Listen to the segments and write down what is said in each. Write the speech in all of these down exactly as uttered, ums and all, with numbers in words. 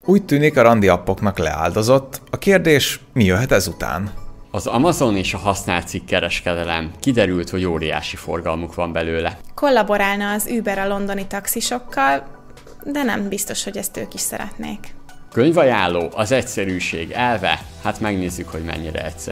Úgy tűnik, a randi appoknak leáldozott. A kérdés, mi jöhet ezután? Az Amazon és a használt cikk kereskedelem. Kiderült, hogy óriási forgalmuk van belőle. Kollaborálna az Uber a londoni taxisokkal, de nem biztos, hogy ezt ők is szeretnék. Könyvajánló, az egyszerűség elve, hát megnézzük, hogy mennyire egyszer.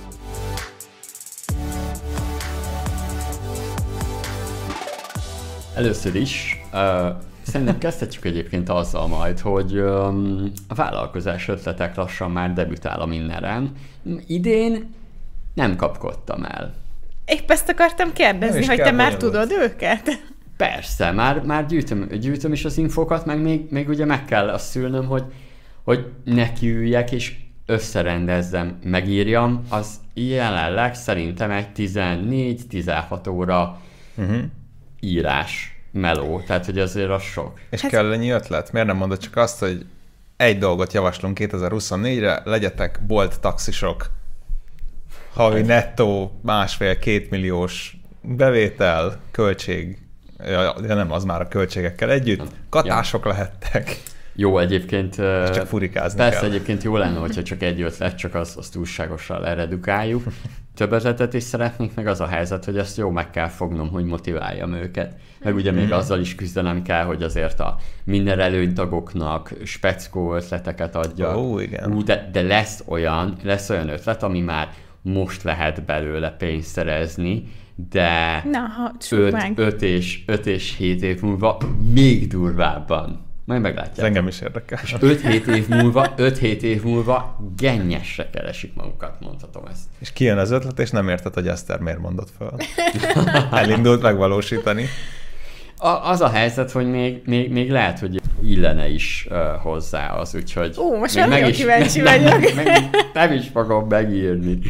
Először is, uh, szerintem kezdhetjük egyébként azzal majd, hogy um, a vállalkozás ötletek lassan már debütál a Mindenen. Idén nem kapkodtam el. Épp ezt akartam kérdezni, hogy te már tudod őket? Persze, már, már gyűjtöm, gyűjtöm is az infokat, meg még, még ugye meg kell azt szülnöm, hogy, hogy nekiüljek és összerendezzem, megírjam, az jelenleg szerintem egy tizennégy-tizenhat óra uh-huh. írás meló, tehát hogy azért az sok. És hát... kell ennyi ötlet? Miért nem mondod csak azt, hogy egy dolgot javaslunk kétezer-huszonnégyre, legyetek bolt taxisok, havi nettó másfél-két milliós bevétel, költség, ja nem, az már a költségekkel együtt, katások ja. lehettek. Jó, egyébként... Csak furikázni persze kell. Egyébként jó lenne, hogyha csak egy ötlet, csak azt az túlságosan leredukáljuk. Több ötletet is szeretnék, meg az a helyzet, hogy ezt jó meg kell fognom, hogy motiváljam őket. Meg ugye még azzal is küzdenem kell, hogy azért a minden előnytagoknak speckó ötleteket adja. Ó, igen. Ú, de, de lesz olyan, lesz olyan ötlet, ami már most lehet belőle pénzt szerezni, de Na, öt és, és hét év múlva még durvábban. Majd meglátják. Ez engem is érdekel. öt-hét év múlva, öt-hét év múlva gennyesre keresik magukat, mondhatom ezt. És kijön az ötlet, és nem érted, hogy Eszter miért mondott föl. Elindult megvalósítani. A, az a helyzet, hogy még, még, még lehet, hogy illene is uh, hozzá az, úgyhogy... Ó, most már nagyon kíváncsi vagyok. Meg, meg, nem is fogom megírni.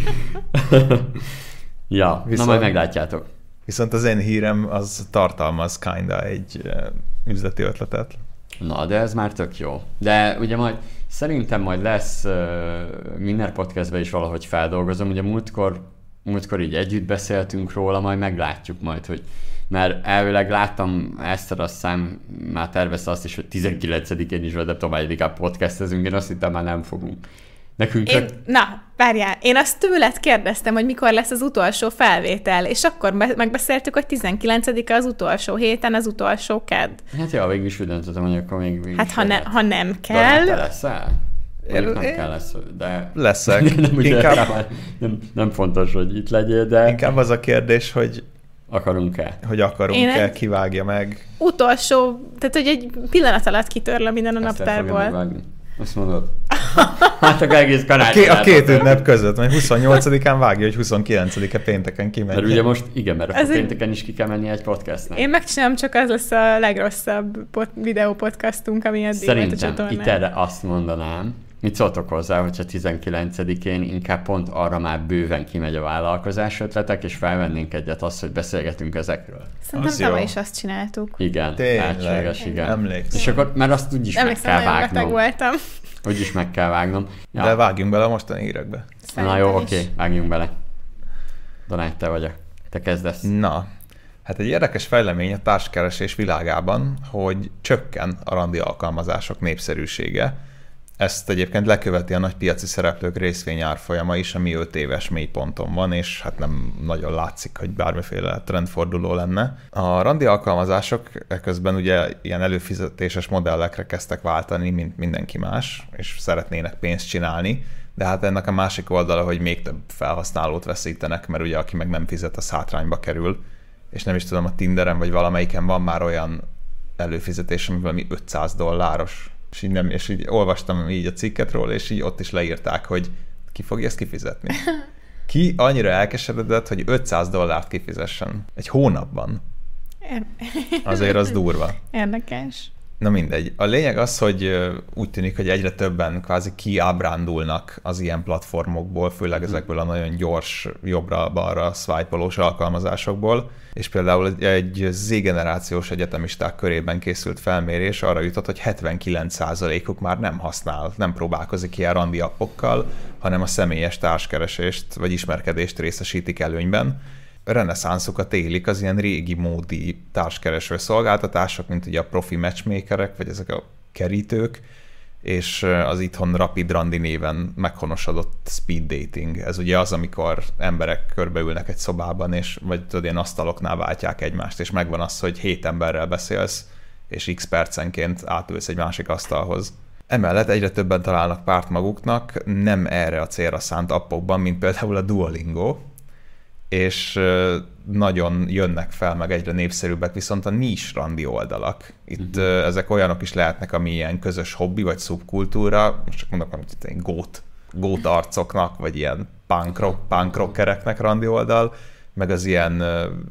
Ja, viszont, na majd meglátjátok. Viszont az én hírem az tartalmaz kinda egy uh, üzleti ötletet. Na, de ez már tök jó. De ugye majd szerintem majd lesz uh, minden podcastben is valahogy feldolgozom. Ugye múltkor, múltkor így együtt beszéltünk róla, majd meglátjuk majd, hogy mert elvileg láttam ezt, azt hiszem, már tervezte azt is, hogy tizenkilencedikén is, de tovább inkább podcastezünk, én azt hittem már nem fogunk. Nekünk én, na, várjál, én azt tőled kérdeztem, hogy mikor lesz az utolsó felvétel, és akkor be- megbeszéltük, hogy tizenkilencedike az utolsó héten, az utolsó kedd. Hát jó, végül is úgy döntöttem, hogy akkor még... még hát ha, ne, ha nem kell... De te leszel? Én, nem én... kell lesz, de... Leszek. nem, inkább... nem, nem fontos, hogy itt legyél, de... Inkább az a kérdés, hogy... Akarunk-e? Hogy akarunk-e, kivágja meg. Utolsó, tehát hogy egy pillanat alatt kitörlöm minden a naptárból. Azt mondod? Hát a egész karácsony. A, a két ünnep között, majd huszonnyolcadikán vágja, hogy huszonkilencedike pénteken kimegy. Mert ugye most, igen, mert akkor pénteken is ki kell menni egy podcastnak. Én megcsinálom, csak az lesz a legrosszabb pot- videópodcastunk, ami eddig Szerintem volt a csatornán. itt erre azt mondanám, mit szóltok hozzá, hogyha tizenkilencedikén inkább pont arra már bőven kimegy a vállalkozás ötletek, és felvennénk egyet azt, hogy beszélgetünk ezekről. Szerintem tavaly is azt csináltuk. Igen, lehetséges, igen. Emlékszem. És akkor, mert azt úgyis meg kell vágnom. voltam. Úgyis meg kell vágnom. Ja. De vágjunk bele a mostani hírekbe. Szerintem Na jó, oké, okay, vágjunk bele. Donát, te vagy. Te kezdesz. Na, hát egy érdekes fejlemény a társkeresés világában, hogy csökken a randi alkalmazások népszerűsége. Ezt egyébként leköveti a nagy piaci szereplők részvényárfolyama is, ami öt éves mélyponton van, és hát nem nagyon látszik, hogy bármiféle trendforduló lenne. A randi alkalmazások eközben ugye ilyen előfizetéses modellekre kezdtek váltani, mint mindenki más, és szeretnének pénzt csinálni, de hát ennek a másik oldala, hogy még több felhasználót veszítenek, mert ugye aki meg nem fizet, az hátrányba kerül, és nem is tudom, a Tinderen vagy valamelyiken van már olyan előfizetés, ami valami ötszáz dolláros. És így, nem, és így olvastam így a cikket róla, és így ott is leírták, hogy ki fogja ezt kifizetni. Ki annyira elkeseredett, hogy ötszáz dollárt kifizessen egy hónapban. Azért az durva. Érdekes. Na mindegy. A lényeg az, hogy úgy tűnik, hogy egyre többen kvázi kiábrándulnak az ilyen platformokból, főleg ezekből a nagyon gyors, jobbra-balra swipe-olós alkalmazásokból, és például egy Z-generációs egyetemisták körében készült felmérés arra jutott, hogy hetvenkilenc százalékuk már nem használ, nem próbálkozik ilyen randi appokkal, hanem a személyes társkeresést vagy ismerkedést részesítik előnyben. Reneszánszukat élik az ilyen régi módi társkereső szolgáltatások, mint ugye a profi matchmakerek, vagy ezek a kerítők, és az itthon Rapid Randi néven meghonosodott speed dating. Ez ugye az, amikor emberek körbeülnek egy szobában, és vagy tudod, ilyen asztaloknál váltják egymást, és megvan az, hogy hét emberrel beszélsz, és x percenként átülsz egy másik asztalhoz. Emellett egyre többen találnak párt maguknak nem erre a célra szánt appokban, mint például a Duolingo, és nagyon jönnek fel, meg egyre népszerűbbek viszont a niche randi oldalak. Itt uh-huh. ezek olyanok is lehetnek, ami ilyen közös hobbi, vagy szubkultúra, most csak mondok, amit itt gót, gót arcoknak, vagy ilyen punk, rock, punk rockereknek randi oldal, meg az ilyen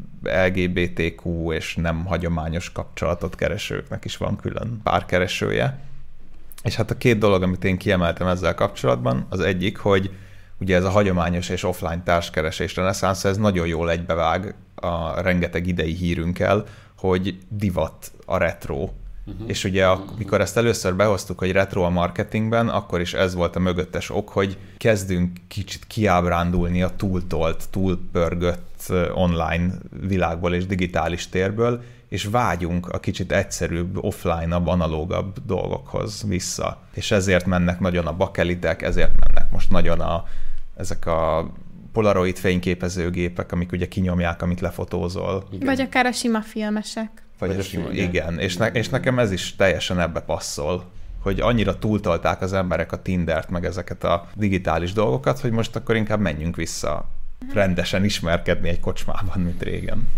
el gé bé té kú és nem hagyományos kapcsolatot keresőknek is van külön párkeresője. És hát a két dolog, amit én kiemeltem ezzel kapcsolatban, az egyik, hogy ugye ez a hagyományos és offline társkeresés reneszánsz, ez nagyon jól egybevág a rengeteg idei hírünkkel, hogy divat a retro. Uh-huh. És ugye amikor ezt először behoztuk, hogy retro a marketingben, akkor is ez volt a mögöttes ok, hogy kezdünk kicsit kiábrándulni a túltolt, túlpörgött online világból és digitális térből, és vágyunk a kicsit egyszerűbb, offline-abb, analógabb dolgokhoz vissza. És ezért mennek nagyon a bakelitek, ezért mennek most nagyon a, ezek a polaroid fényképezőgépek, amik ugye kinyomják, amit lefotózol. Igen. Vagy akár a sima filmesek. Vagy, Vagy a sima, igen. igen. És, ne, és nekem ez is teljesen ebbe passzol, hogy annyira túltolták az emberek a Tindert, meg ezeket a digitális dolgokat, hogy most akkor inkább menjünk vissza rendesen ismerkedni egy kocsmában, mint régen.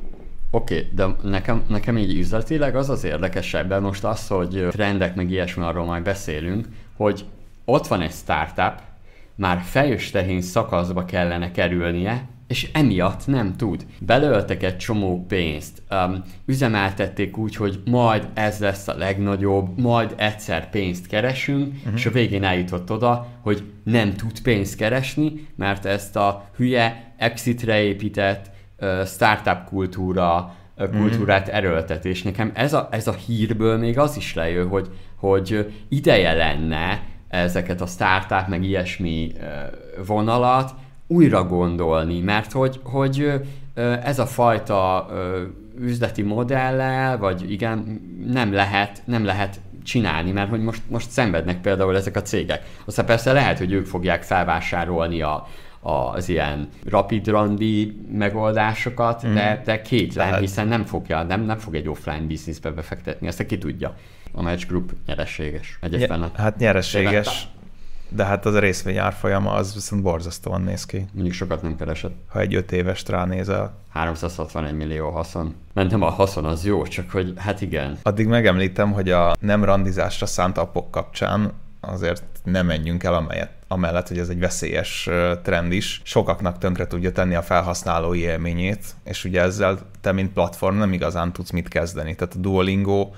Oké, okay, de nekem, nekem így üzletileg az az érdekesebb, most az, hogy trendek meg ilyesmi, arról majd beszélünk, hogy ott van egy startup, már fejős tehén szakaszba kellene kerülnie, és emiatt nem tud. Belöltek egy csomó pénzt, um, üzemeltették úgy, hogy majd ez lesz a legnagyobb, majd egyszer pénzt keresünk, uh-huh. és a végén eljutott oda, hogy nem tud pénzt keresni, mert ezt a hülye exitre épített uh, startup kultúra, uh, kultúrát uh-huh. erőltet, és nekem ez a, ez a hírből még az is lejön, hogy, hogy ideje lenne ezeket a startup, meg ilyesmi uh, vonalat újra gondolni, mert hogy, hogy ez a fajta üzleti modellel, vagy igen, nem lehet, nem lehet csinálni, mert hogy most, most szenvednek például ezek a cégek. Aztán persze lehet, hogy ők fogják felvásárolni a, az ilyen rapid randi megoldásokat, mm. de, de kétlem, hiszen nem, fogja, nem, nem fog egy offline bizniszbe befektetni, ezt ki tudja. A Match Group nyereséges. Egyébként Nye, hát nyereséges. De hát az a részvény árfolyama az viszont borzasztóan néz ki. Mondjuk sokat nem keresett. Ha egy öt évest ránézel. háromszázhatvanegy millió haszon. Mert nem a haszon az jó, csak hogy hát igen. Addig megemlítem, hogy a nem randizásra szánt appok kapcsán azért nem menjünk el amelyet, amellett, hogy ez egy veszélyes trend is. Sokaknak tönkre tudja tenni a felhasználói élményét, és ugye ezzel te, mint platform nem igazán tudsz mit kezdeni. Tehát a Duolingo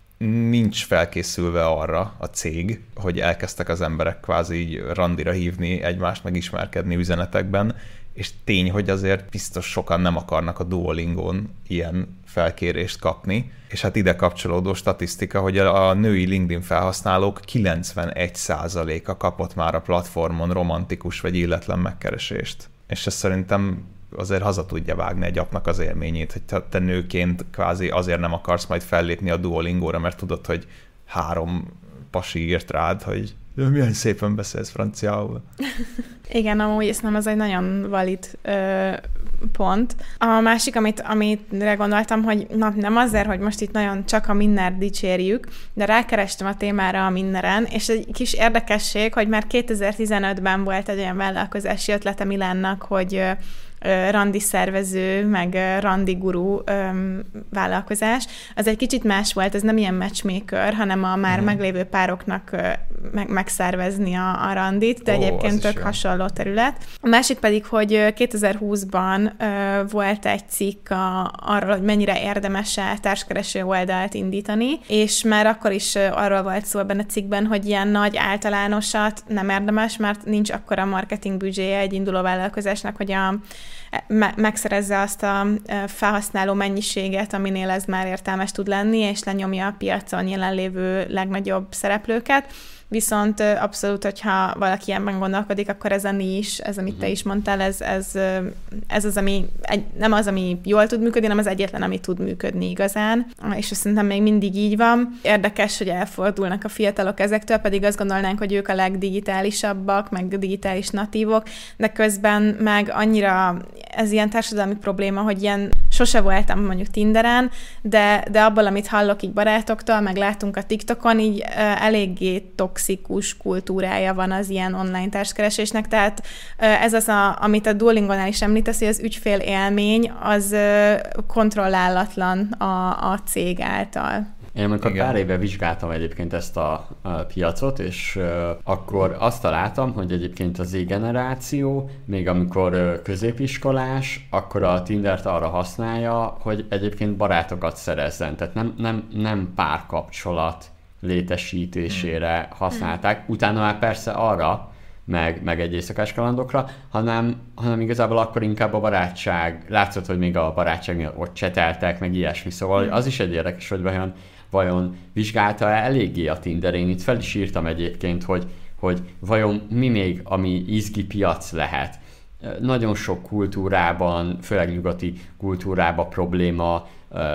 nincs felkészülve arra a cég, hogy elkezdtek az emberek kvázi így randira hívni egymást, meg ismerkedni üzenetekben, és tény, hogy azért biztos sokan nem akarnak a Duolingón ilyen felkérést kapni, és hát ide kapcsolódó statisztika, hogy a női LinkedIn felhasználók kilencvenegy százaléka kapott már a platformon romantikus vagy illetlen megkeresést. És ez szerintem azért haza tudja vágni egy appnak az élményét, hogy te nőként kvázi azért nem akarsz majd fellépni a Duolingóra, mert tudod, hogy három pasi írt rád, hogy milyen szépen beszélsz franciául. Igen, amúgy ezt nem, az egy nagyon valid ö, pont. A másik, amit, amire gondoltam, hogy na, nem azért, hogy most itt nagyon csak a Minnert dicsérjük, de rákerestem a témára a Minneren, és egy kis érdekesség, hogy már kétezer-tizenötben volt egy olyan vállalkozási ötlete Milánnak, hogy randi szervező, meg randi guru öm, vállalkozás. Az egy kicsit más volt, ez nem ilyen matchmaker, hanem a már mm. meglévő pároknak ö, meg, megszervezni a, a randit, de oh, egyébként tök hasonló terület. A másik pedig, hogy kétezer-húszban ö, volt egy cikk a, arról, hogy mennyire érdemes társkereső oldalt indítani, és már akkor is ö, arról volt szó ebben a cikkben, hogy ilyen nagy általánosat nem érdemes, mert nincs akkora marketing büdzséje egy induló vállalkozásnak, hogy a me- megszerezze azt a felhasználó mennyiséget, aminél ez már értelmes tud lenni, és lenyomja a piacon jelenlévő legnagyobb szereplőket. viszont abszolút, hogyha valaki ilyenben gondolkodik, akkor ez a nis, ez, amit te is mondtál, ez, ez, ez az, ami egy, nem az, ami jól tud működni, hanem az egyetlen, ami tud működni igazán. És azt szerintem még mindig így van. Érdekes, hogy elfordulnak a fiatalok ezektől, pedig azt gondolnánk, hogy ők a legdigitálisabbak, meg digitális natívok, de közben meg annyira ez ilyen társadalmi probléma, hogy ilyen sose voltam mondjuk Tinderen, de, de abból, amit hallok így barátoktól, meg látunk a TikTokon, így uh, eléggé toxikus kultúrája van az ilyen online társkeresésnek, tehát uh, ez az, a, amit a Duolingonál is említesz, hogy az ügyfél élmény az uh, kontrollálatlan a, a cég által. Én amikor pár éve vizsgáltam egyébként ezt a, a piacot, és uh, akkor azt találtam, hogy egyébként az Z-generáció, még amikor uh, középiskolás, akkor a Tindert arra használja, hogy egyébként barátokat szerezzen. Tehát nem, nem, nem párkapcsolat létesítésére használták. Utána már persze arra, meg, meg egy éjszakás kalandokra, hanem, hanem igazából akkor inkább a barátság, látszott, hogy még a barátságnél ott cseteltek, meg ilyesmi, szóval az is egy érdekes, hogy vajon, vajon vizsgálta eléggé a Tinder. Én itt fel is írtam egyébként, hogy, hogy vajon mi még, ami izgi piac lehet. Nagyon sok kultúrában, főleg nyugati kultúrában probléma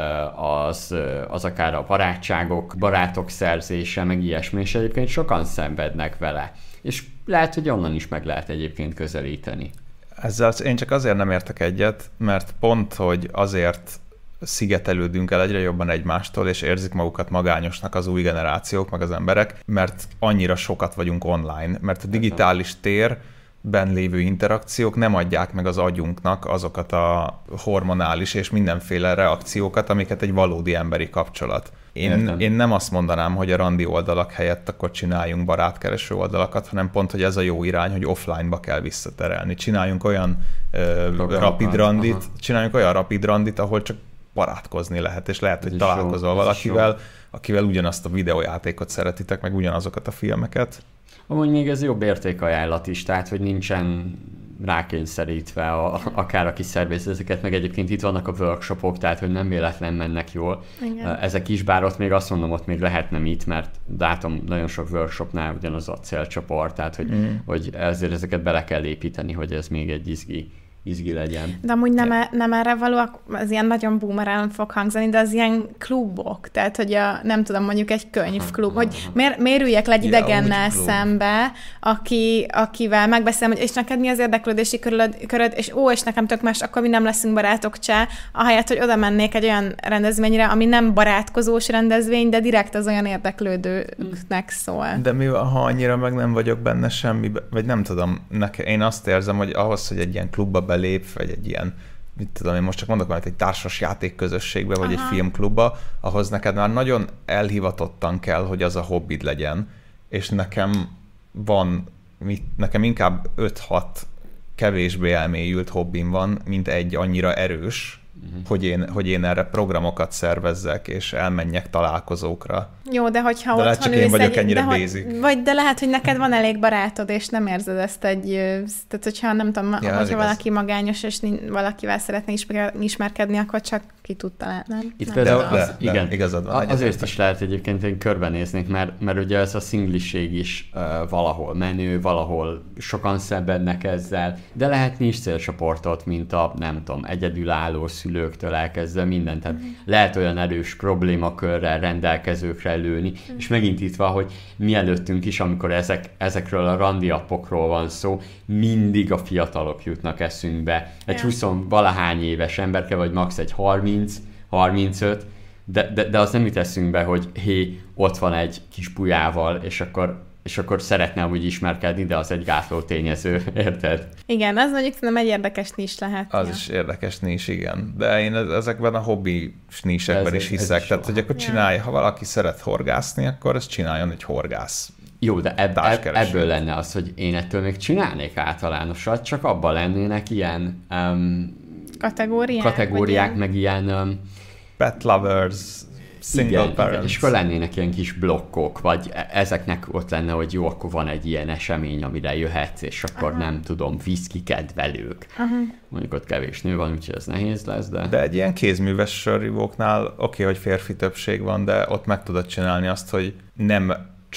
az, az akár a barátságok, barátok szerzése, meg ilyesmi, és egyébként sokan szenvednek vele. És lehet, hogy onnan is meg lehet egyébként közelíteni. Ezzel én csak azért nem értek egyet, mert pont, hogy azért szigetelődünk el egyre jobban egymástól, és érzik magukat magányosnak az új generációk, meg az emberek, mert annyira sokat vagyunk online, mert a digitális térben lévő interakciók nem adják meg az agyunknak azokat a hormonális és mindenféle reakciókat, amiket egy valódi emberi kapcsolat. Én, én nem azt mondanám, hogy a randi oldalak helyett akkor csináljunk barátkereső oldalakat, hanem pont, hogy ez a jó irány, hogy offline-ba kell visszaterelni. Csináljunk olyan ö, rapid randit, aha. csináljunk olyan rapid randit, ahol csak barátkozni lehet, és lehet, ez hogy találkozol jó, valakivel, akivel ugyanazt a videójátékot szeretitek, meg ugyanazokat a filmeket. Amúgy még ez jobb értékajánlat is, tehát, hogy nincsen rákényszerítve a, akár aki szervez ezeket, meg egyébként itt vannak a workshopok, tehát, hogy nem véletlen mennek jól. Igen. Ezek is, bár ott még azt mondom, ott még lehetne mit, mert látom nagyon sok workshopnál ugyanaz a célcsoport, tehát, hogy, mm. hogy ezért ezeket bele kell építeni, hogy ez még egy izgi izgi legyen. De amúgy nem, e, nem erre valóak, az ilyen nagyon boomerán fog hangzani, de az ilyen klubok, tehát, hogy a, nem tudom, mondjuk egy könyvklub, hogy miért, miért üljek le egy ja, idegennel szembe, aki, akivel megbeszélem, hogy és neked mi az érdeklődési köröd, köröd, és ó, és nekem tök más, akkor mi nem leszünk barátok csá, ahelyett, hogy oda mennék egy olyan rendezvényre, ami nem barátkozós rendezvény, de direkt az olyan érdeklődőknek szól. De mi van, ha annyira meg nem vagyok benne semmi, vagy nem tudom, nekem, én azt érzem, hogy ahhoz, hogy egy ilyen klubba lép, vagy egy ilyen, mit tudom, én most csak mondok valamit, egy társas játékközösségbe, vagy aha. egy filmklubba, ahhoz neked már nagyon elhivatottan kell, hogy az a hobbid legyen, és nekem van, mit, nekem inkább öt-hat kevésbé elmélyült hobbim van, mint egy annyira erős, uh-huh. hogy, én, hogy én erre programokat szervezzek, és elmenjek találkozókra. Jó, de hogyha de lehet, csak én vagyok egy, ennyire de basic. Vagy de lehet, hogy neked van elég barátod, és nem érzed ezt egy... Tehát, hogyha nem tudom, ja, hogyha valaki magányos, és valakivel szeretne ismer, ismerkedni, akkor csak ki tud találni. Itt nem de, az, de, igen, igazad van. Azért is lehet egyébként, hogy körbenéznék, mert, mert ugye ez a szingliség is uh, valahol menő, valahol sokan szenvednek ezzel, de lehet nincs célcsoportot, mint a, nem tudom, egyedülálló szülőktől elkezdve mindent. Tehát mm. lehet olyan erős problémakörrel rendelkezőkre lőni, mm. és megint itt van, hogy mielőttünk is, amikor ezek, ezekről a randi appokról van szó, mindig a fiatalok jutnak eszünkbe. Egy húsz-valahány éves emberke, vagy max. Egy harminc, harmincöt, de, de, de az nem jut eszünkbe, hogy hé, ott van egy kis bujával, és akkor és akkor szeretne úgy ismerkedni, de az egy gátló tényező, érted? Igen, az mondjuk nem egy érdekes nis lehet. Az ja. is érdekes nis, igen. De én ezekben a hobbi nisekben is hiszek. Tehát, hogy akkor csinálja, ha valaki szeret horgászni, akkor ezt csináljon egy horgász. Jó, de ebb, ebb, ebből lenne az, hogy én ettől még csinálnék általánosat, csak abban lennének ilyen um, kategóriák, kategóriák meg ilyen... Um, pet lovers, single igen, parents. És akkor lennének ilyen kis blokkok, vagy ezeknek ott lenne, hogy jó, akkor van egy ilyen esemény, amire jöhetsz, és akkor aha. nem tudom, viszki kedvelők. Aha. Mondjuk ott kevés nő van, úgyhogy ez nehéz lesz, de... De egy ilyen kézműves sörrivóknál oké, okay, hogy férfi többség van, de ott meg tudod csinálni azt, hogy nem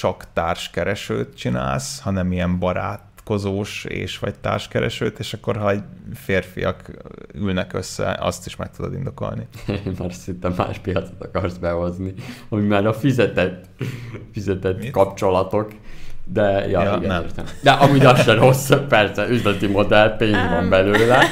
csak társkeresőt csinálsz, hanem ilyen barátkozós és vagy társkeresőt, és akkor ha egy férfiak ülnek össze, azt is meg tudod indokolni. Én már szinte más piacot akarsz behozni, hogy már a fizetett, fizetett kapcsolatok, de ja, ja igen, nem. Értem. De amúgy az sem rossz, persze, üzleti modell, pénz um, van belőle.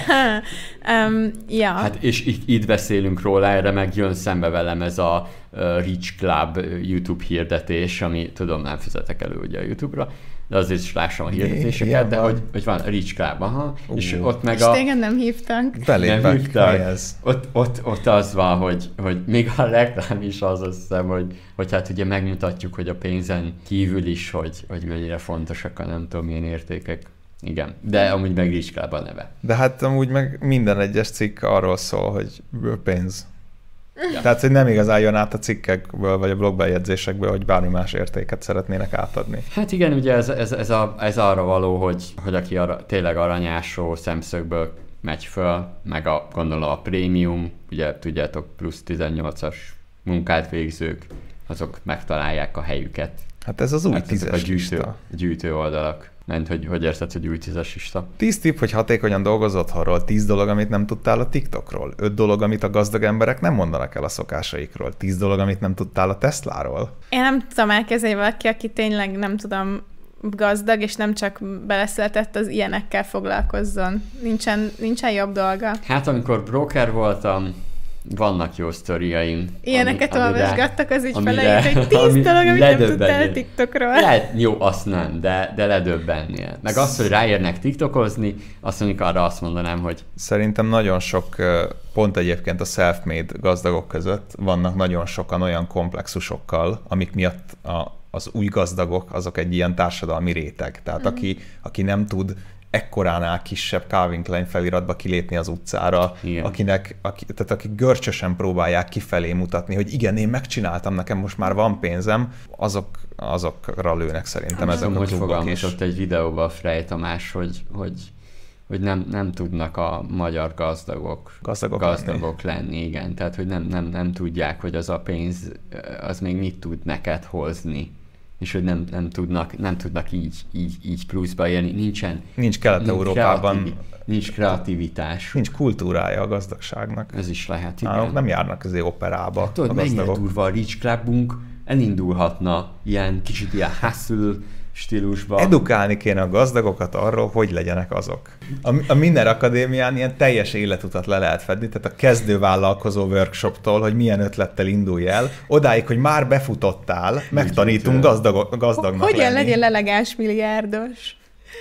Um, ja. Hát és itt, itt beszélünk róla, erre meg jön szembe velem ez a uh, Rich Club YouTube hirdetés, ami tudom, nem fizetek elő ugye a YouTube-ra, de azért is lássam a hirdetéseket, de hogy, hogy van Rich Club, aha, uh, és ott meg és a... És téged nem hívtak. Nem hívtak. Ott, ott, ott az van, hogy, hogy még a reklám is az, azt hiszem, hogy, hogy hát ugye megmutatjuk, hogy a pénzen kívül is, hogy, hogy mennyire fontosak a nem tudom milyen értékek. Igen, de amúgy meg Rich Club a neve. De hát amúgy meg minden egyes cikk arról szól, hogy pénz. Ja. Tehát, hogy nem igazán jön át a cikkekből, vagy a blogbejegyzésekből, hogy bármi más értéket szeretnének átadni. Hát igen, ugye ez, ez, ez, a, ez arra való, hogy, hogy aki arra, tényleg aranyásó szemszögből megy föl, meg a, gondolom a prémium, ugye tudjátok, plusz tizennyolcas munkát végzők, azok megtalálják a helyüket. Hát ez az új hát tízes a gyűjtő, lista. gyűjtő oldalak. Ment, hogy hogy érted, hogy új tízes lista? Tíz tipp, hogy hatékonyan dolgozz otthonról, tíz dolog, amit nem tudtál a TikTokról, öt dolog, amit a gazdag emberek nem mondanak el a szokásaikról, tíz dolog, amit nem tudtál a Tesláról. Én nem tudom elkezdeni valaki, aki tényleg nem tudom gazdag, és nem csak beleszületett, az ilyenekkel foglalkozzon. Nincsen, nincsen jobb dolga. Hát amikor broker voltam, vannak jó sztoriaim. Ilyeneket ami, olvasgattak az ügyfeleit, hogy tíz dolog, amit nem tudtál a TikTokról. Lehet, jó, azt nem, de, de ledöbbennél. Meg azt, hogy ráérnek TikTokozni, azt mondjuk arra azt mondanám, hogy... Szerintem nagyon sok, pont egyébként a self-made gazdagok között vannak nagyon sokan olyan komplexusokkal, amik miatt a, az új gazdagok, azok egy ilyen társadalmi réteg. Tehát mm. aki, aki nem tud ekkoránál kisebb Calvin Klein feliratba kilépni az utcára, igen. akinek, aki, tehát akik görcsösen próbálják kifelé mutatni, hogy igen, én megcsináltam, nekem most már van pénzem, azok, azokra lőnek szerintem nem ezek tudom, a hogy klubok is. Ott egy videóban a Frey Tamás, hogy, hogy, hogy nem, nem tudnak a magyar gazdagok, gazdagok, gazdagok lenni. lenni, igen, tehát hogy nem, nem, nem tudják, hogy az a pénz, az még mit tud neked hozni. És hogy nem, nem, tudnak, nem tudnak így, így, így pluszba élni. Nincsen, nincs Kelet-Európában. Nincs, nincs kreativitás. Nincs kultúrája a gazdagságnak. Ez is lehet, igen. Nálunk nem járnak azért operába hát, tudod, a gazdagok. Mennyire durva a Rich Clubunk, elindulhatna ilyen kicsit ilyen hustle stílusban. Edukálni kéne a gazdagokat arról, hogy legyenek azok. A, a Miner Akadémián ilyen teljes életutat le lehet fedni, tehát a kezdővállalkozó workshoptól, hogy milyen ötlettel indulj el, odáig, hogy már befutottál, megtanítunk gazdag, gazdagnak Hogyan lenni. legyél elegáns milliárdos?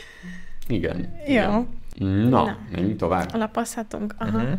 Igen. Jó. Igen. Na, Na, menjünk tovább. Alapozhatunk. Aha. Uh-huh.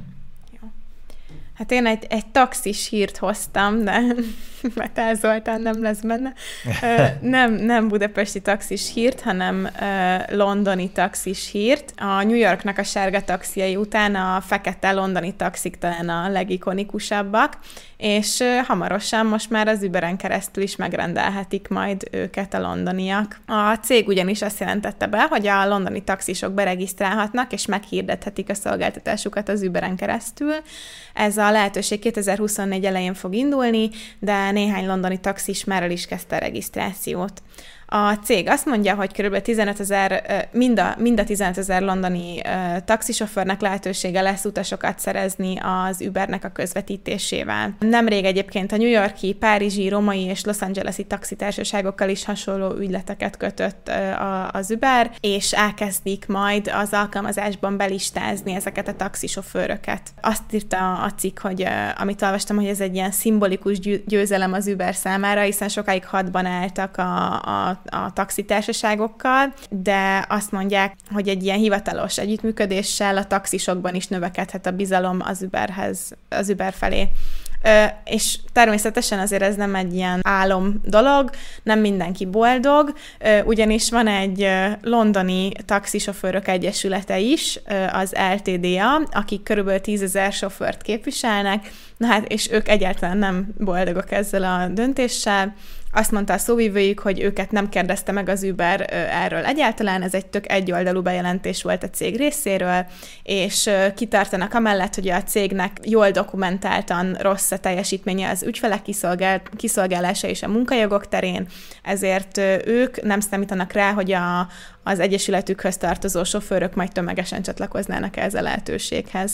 Hát én egy, egy taxis hírt hoztam, de Metál Zoltán nem lesz benne. Nem, nem budapesti taxis hírt, hanem londoni taxis hírt. A New Yorknak a sárga taxiai után a fekete londoni taxik talán a legikonikusabbak, és hamarosan most már az Uberen keresztül is megrendelhetik majd őket a londoniak. A cég ugyanis azt jelentette be, hogy a londoni taxisok beregisztrálhatnak, és meghirdethetik a szolgáltatásukat az Uberen keresztül. Ez a lehetőség kétezer-huszonnégy elején fog indulni, de néhány londoni taxis már el is kezdte a regisztrációt. A cég azt mondja, hogy kb. tizenötezer, mind a, mind a tizenötezer londoni uh, taxisofőrnek lehetősége lesz utasokat szerezni az Ubernek a közvetítésével. Nemrég egyébként a New Yorki, párizsi, római és Los Angeles-i taxitársaságokkal is hasonló ügyleteket kötött uh, az Uber, és elkezdik majd az alkalmazásban belistázni ezeket a taxisofőröket. Azt írta a cikk, hogy uh, amit olvastam, hogy ez egy ilyen szimbolikus győzelem az Uber számára, hiszen sokáig hadban álltak a, a a taxitársaságokkal, de azt mondják, hogy egy ilyen hivatalos együttműködéssel a taxisokban is növekedhet a bizalom az Uberhez, az Uber felé. Ö, és természetesen azért ez nem egy ilyen álom dolog, nem mindenki boldog, ö, ugyanis van egy ö, londoni taxisofőrök egyesülete is, ö, az el té dé á, akik körülbelül tízezer sofőrt képviselnek, na hát, és ők egyáltalán nem boldogok ezzel a döntéssel. azt mondta a szóvivőjük, hogy őket nem kérdezte meg az Uber erről egyáltalán, ez egy tök egyoldalú bejelentés volt a cég részéről, és kitartanak amellett, hogy a cégnek jól dokumentáltan rossz a teljesítménye az ügyfelek kiszolgál, kiszolgálása és a munkajogok terén, ezért ők nem számítanak rá, hogy a, az egyesületükhöz tartozó sofőrök majd tömegesen csatlakoznának ez a lehetőséghez.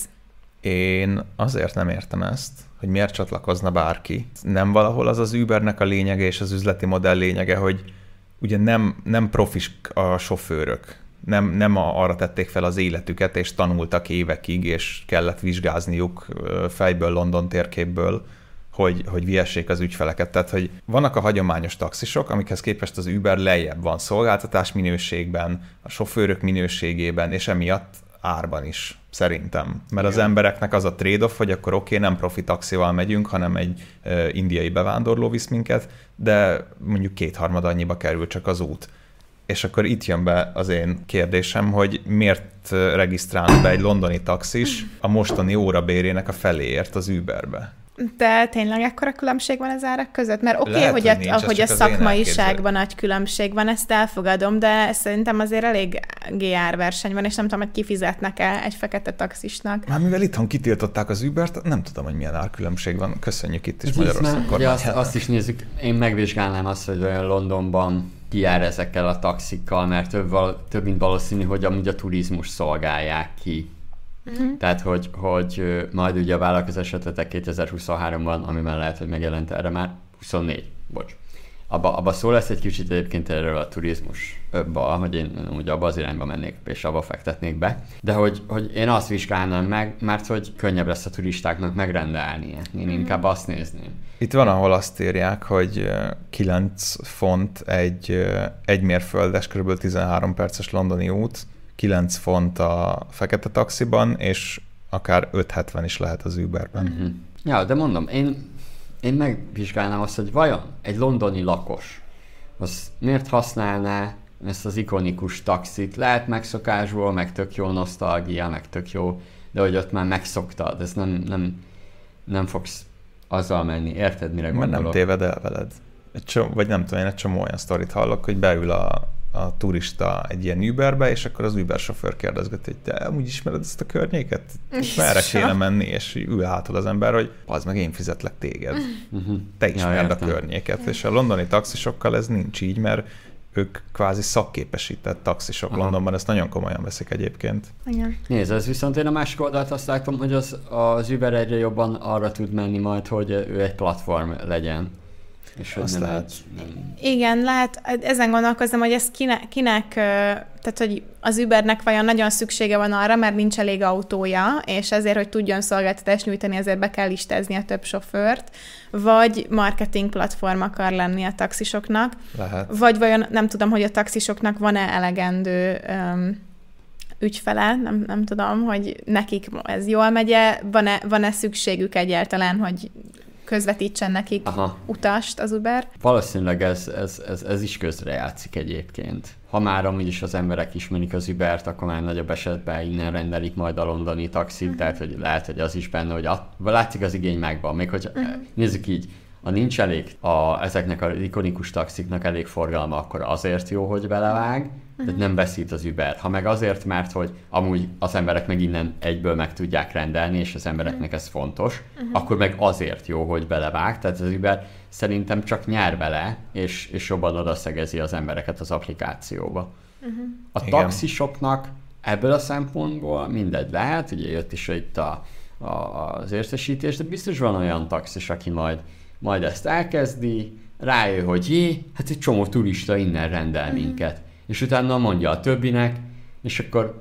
Én azért nem értem ezt, hogy miért csatlakozna bárki. Nem valahol az az Ubernek a lényege és az üzleti modell lényege, hogy ugye nem, nem profis a sofőrök. Nem, nem arra tették fel az életüket, és tanultak évekig, és kellett vizsgázniuk fejből, London térképből, hogy, hogy viessék az ügyfeleket. Tehát, hogy vannak a hagyományos taxisok, amikhez képest az Uber lejjebb van szolgáltatás minőségben, a sofőrök minőségében, és emiatt árban is, szerintem. Mert igen. Az embereknek az a trade-off, hogy akkor oké, okay, nem profi taxival megyünk, hanem egy uh, indiai bevándorló visz minket, de mondjuk kétharmad annyiba kerül csak az út. És akkor itt jön be az én kérdésem, hogy miért regisztrálna be egy londoni taxis a mostani órabérének a feléért az Uberbe? De tényleg ekkora különbség van az árak között? Mert oké, okay, hogy, a, hogy a szakmaiságban nagy különbség van, ezt elfogadom, de szerintem azért elég árverseny van, és nem tudom, hogy kifizetnek-e egy fekete taxisnak. Már mivel itthon kitiltották az Ubert, nem tudom, hogy milyen árkülönbség van. Köszönjük itt is Magyarországon. Ja, azt, azt is nézzük, én megvizsgálnám azt, hogy Londonban ki jár ezekkel a taxikkal, mert több, több mint valószínű, hogy amúgy a turizmus szolgálják ki. Uh-huh. Tehát, hogy, hogy majd ugye a vállalkozás ötletek kétezer-huszonháromban, amiben lehet, hogy megjelent erre már huszonnégy, bocs. Abba, abba szó lesz egy kicsit egyébként erről a turizmusba, hogy én ugye abba az irányba mennék, és abba fektetnék be. De hogy, hogy én azt vizsgálnám meg, mert hogy könnyebb lesz a turistáknak megrendelnie. Én uh-huh. inkább azt nézném. Itt van, ahol azt írják, hogy kilenc font egy egy mérföldes, kb. tizenhárom perces londoni út, kilenc font a fekete taxiban, és akár öt hetven is lehet az Uberben. Uh-huh. Ja, de mondom, én, én megvizsgálnám azt, hogy vajon egy londoni lakos az miért használná ezt az ikonikus taxit? Lehet megszokásból, meg tök jó nosztalgia, meg tök jó, de hogy ott már megszoktad, ez nem, nem, nem fogsz azzal menni. Érted, mire gondolok? Mert nem téved el veled. Egy csomó, vagy nem tudom, én egy csomó olyan sztorit hallok, hogy beül a a turista egy ilyen Uberbe, és akkor az Uber sofőr kérdezgeti, hogy te amúgy ismered ezt a környéket? Merre kéne menni? És ül hátul az ember, hogy az meg én fizetlek téged. Uh-huh. Te ismered ja, a környéket. És a londoni taxisokkal ez nincs így, mert ők kvázi szakképesített taxisok. Aha. Londonban ezt nagyon komolyan veszik egyébként. Igen. Nézd, ez viszont én a másik oldalt azt látom, hogy az, az Uber egyre jobban arra tud menni majd, hogy ő egy platform legyen. És azt lehet. Nem... Igen, lehet, ezen gondolkozom, hogy ez kinek, kinek, tehát hogy az Ubernek vajon nagyon szüksége van arra, mert nincs elég autója, és ezért, hogy tudjon szolgáltatást nyújtani, ezért be kell listázni a több sofőrt, vagy marketing platform akar lenni a taxisoknak, lehet. Vagy vajon nem tudom, hogy a taxisoknak van-e elegendő um, ügyfele, nem, nem tudom, hogy nekik ez jól megye, van-e, van-e szükségük egyáltalán, hogy közvetítsen nekik Aha. utast az Uber. Valószínűleg ez, ez, ez, ez is közrejátszik egyébként. Ha már amúgy is az emberek ismerik az Ubert, akkor már nagyobb esetben innen rendelik majd a londoni taxit, uh-huh. tehát hogy lehet, hogy az is benne, hogy a, látszik az igény megvan. Még hogy uh-huh. nézzük így, ha nincs elég a, ezeknek az ikonikus taxiknak elég forgalma, akkor azért jó, hogy belevág, uh-huh. tehát nem veszít az Uber. Ha meg azért, mert hogy amúgy az emberek meg innen egyből meg tudják rendelni, és az embereknek uh-huh. ez fontos, uh-huh. akkor meg azért jó, hogy belevág. Tehát az Uber szerintem csak nyár vele, és, és jobban odaszegezi az embereket az applikációba. Uh-huh. A Igen. taxisoknak ebből a szempontból mindegy lehet, ugye jött is itt a, a, az értesítés, de biztos van olyan taxis, aki majd majd ezt elkezdi, rájön, hogy jé, hát egy csomó turista innen rendel minket. És utána mondja a többinek, és akkor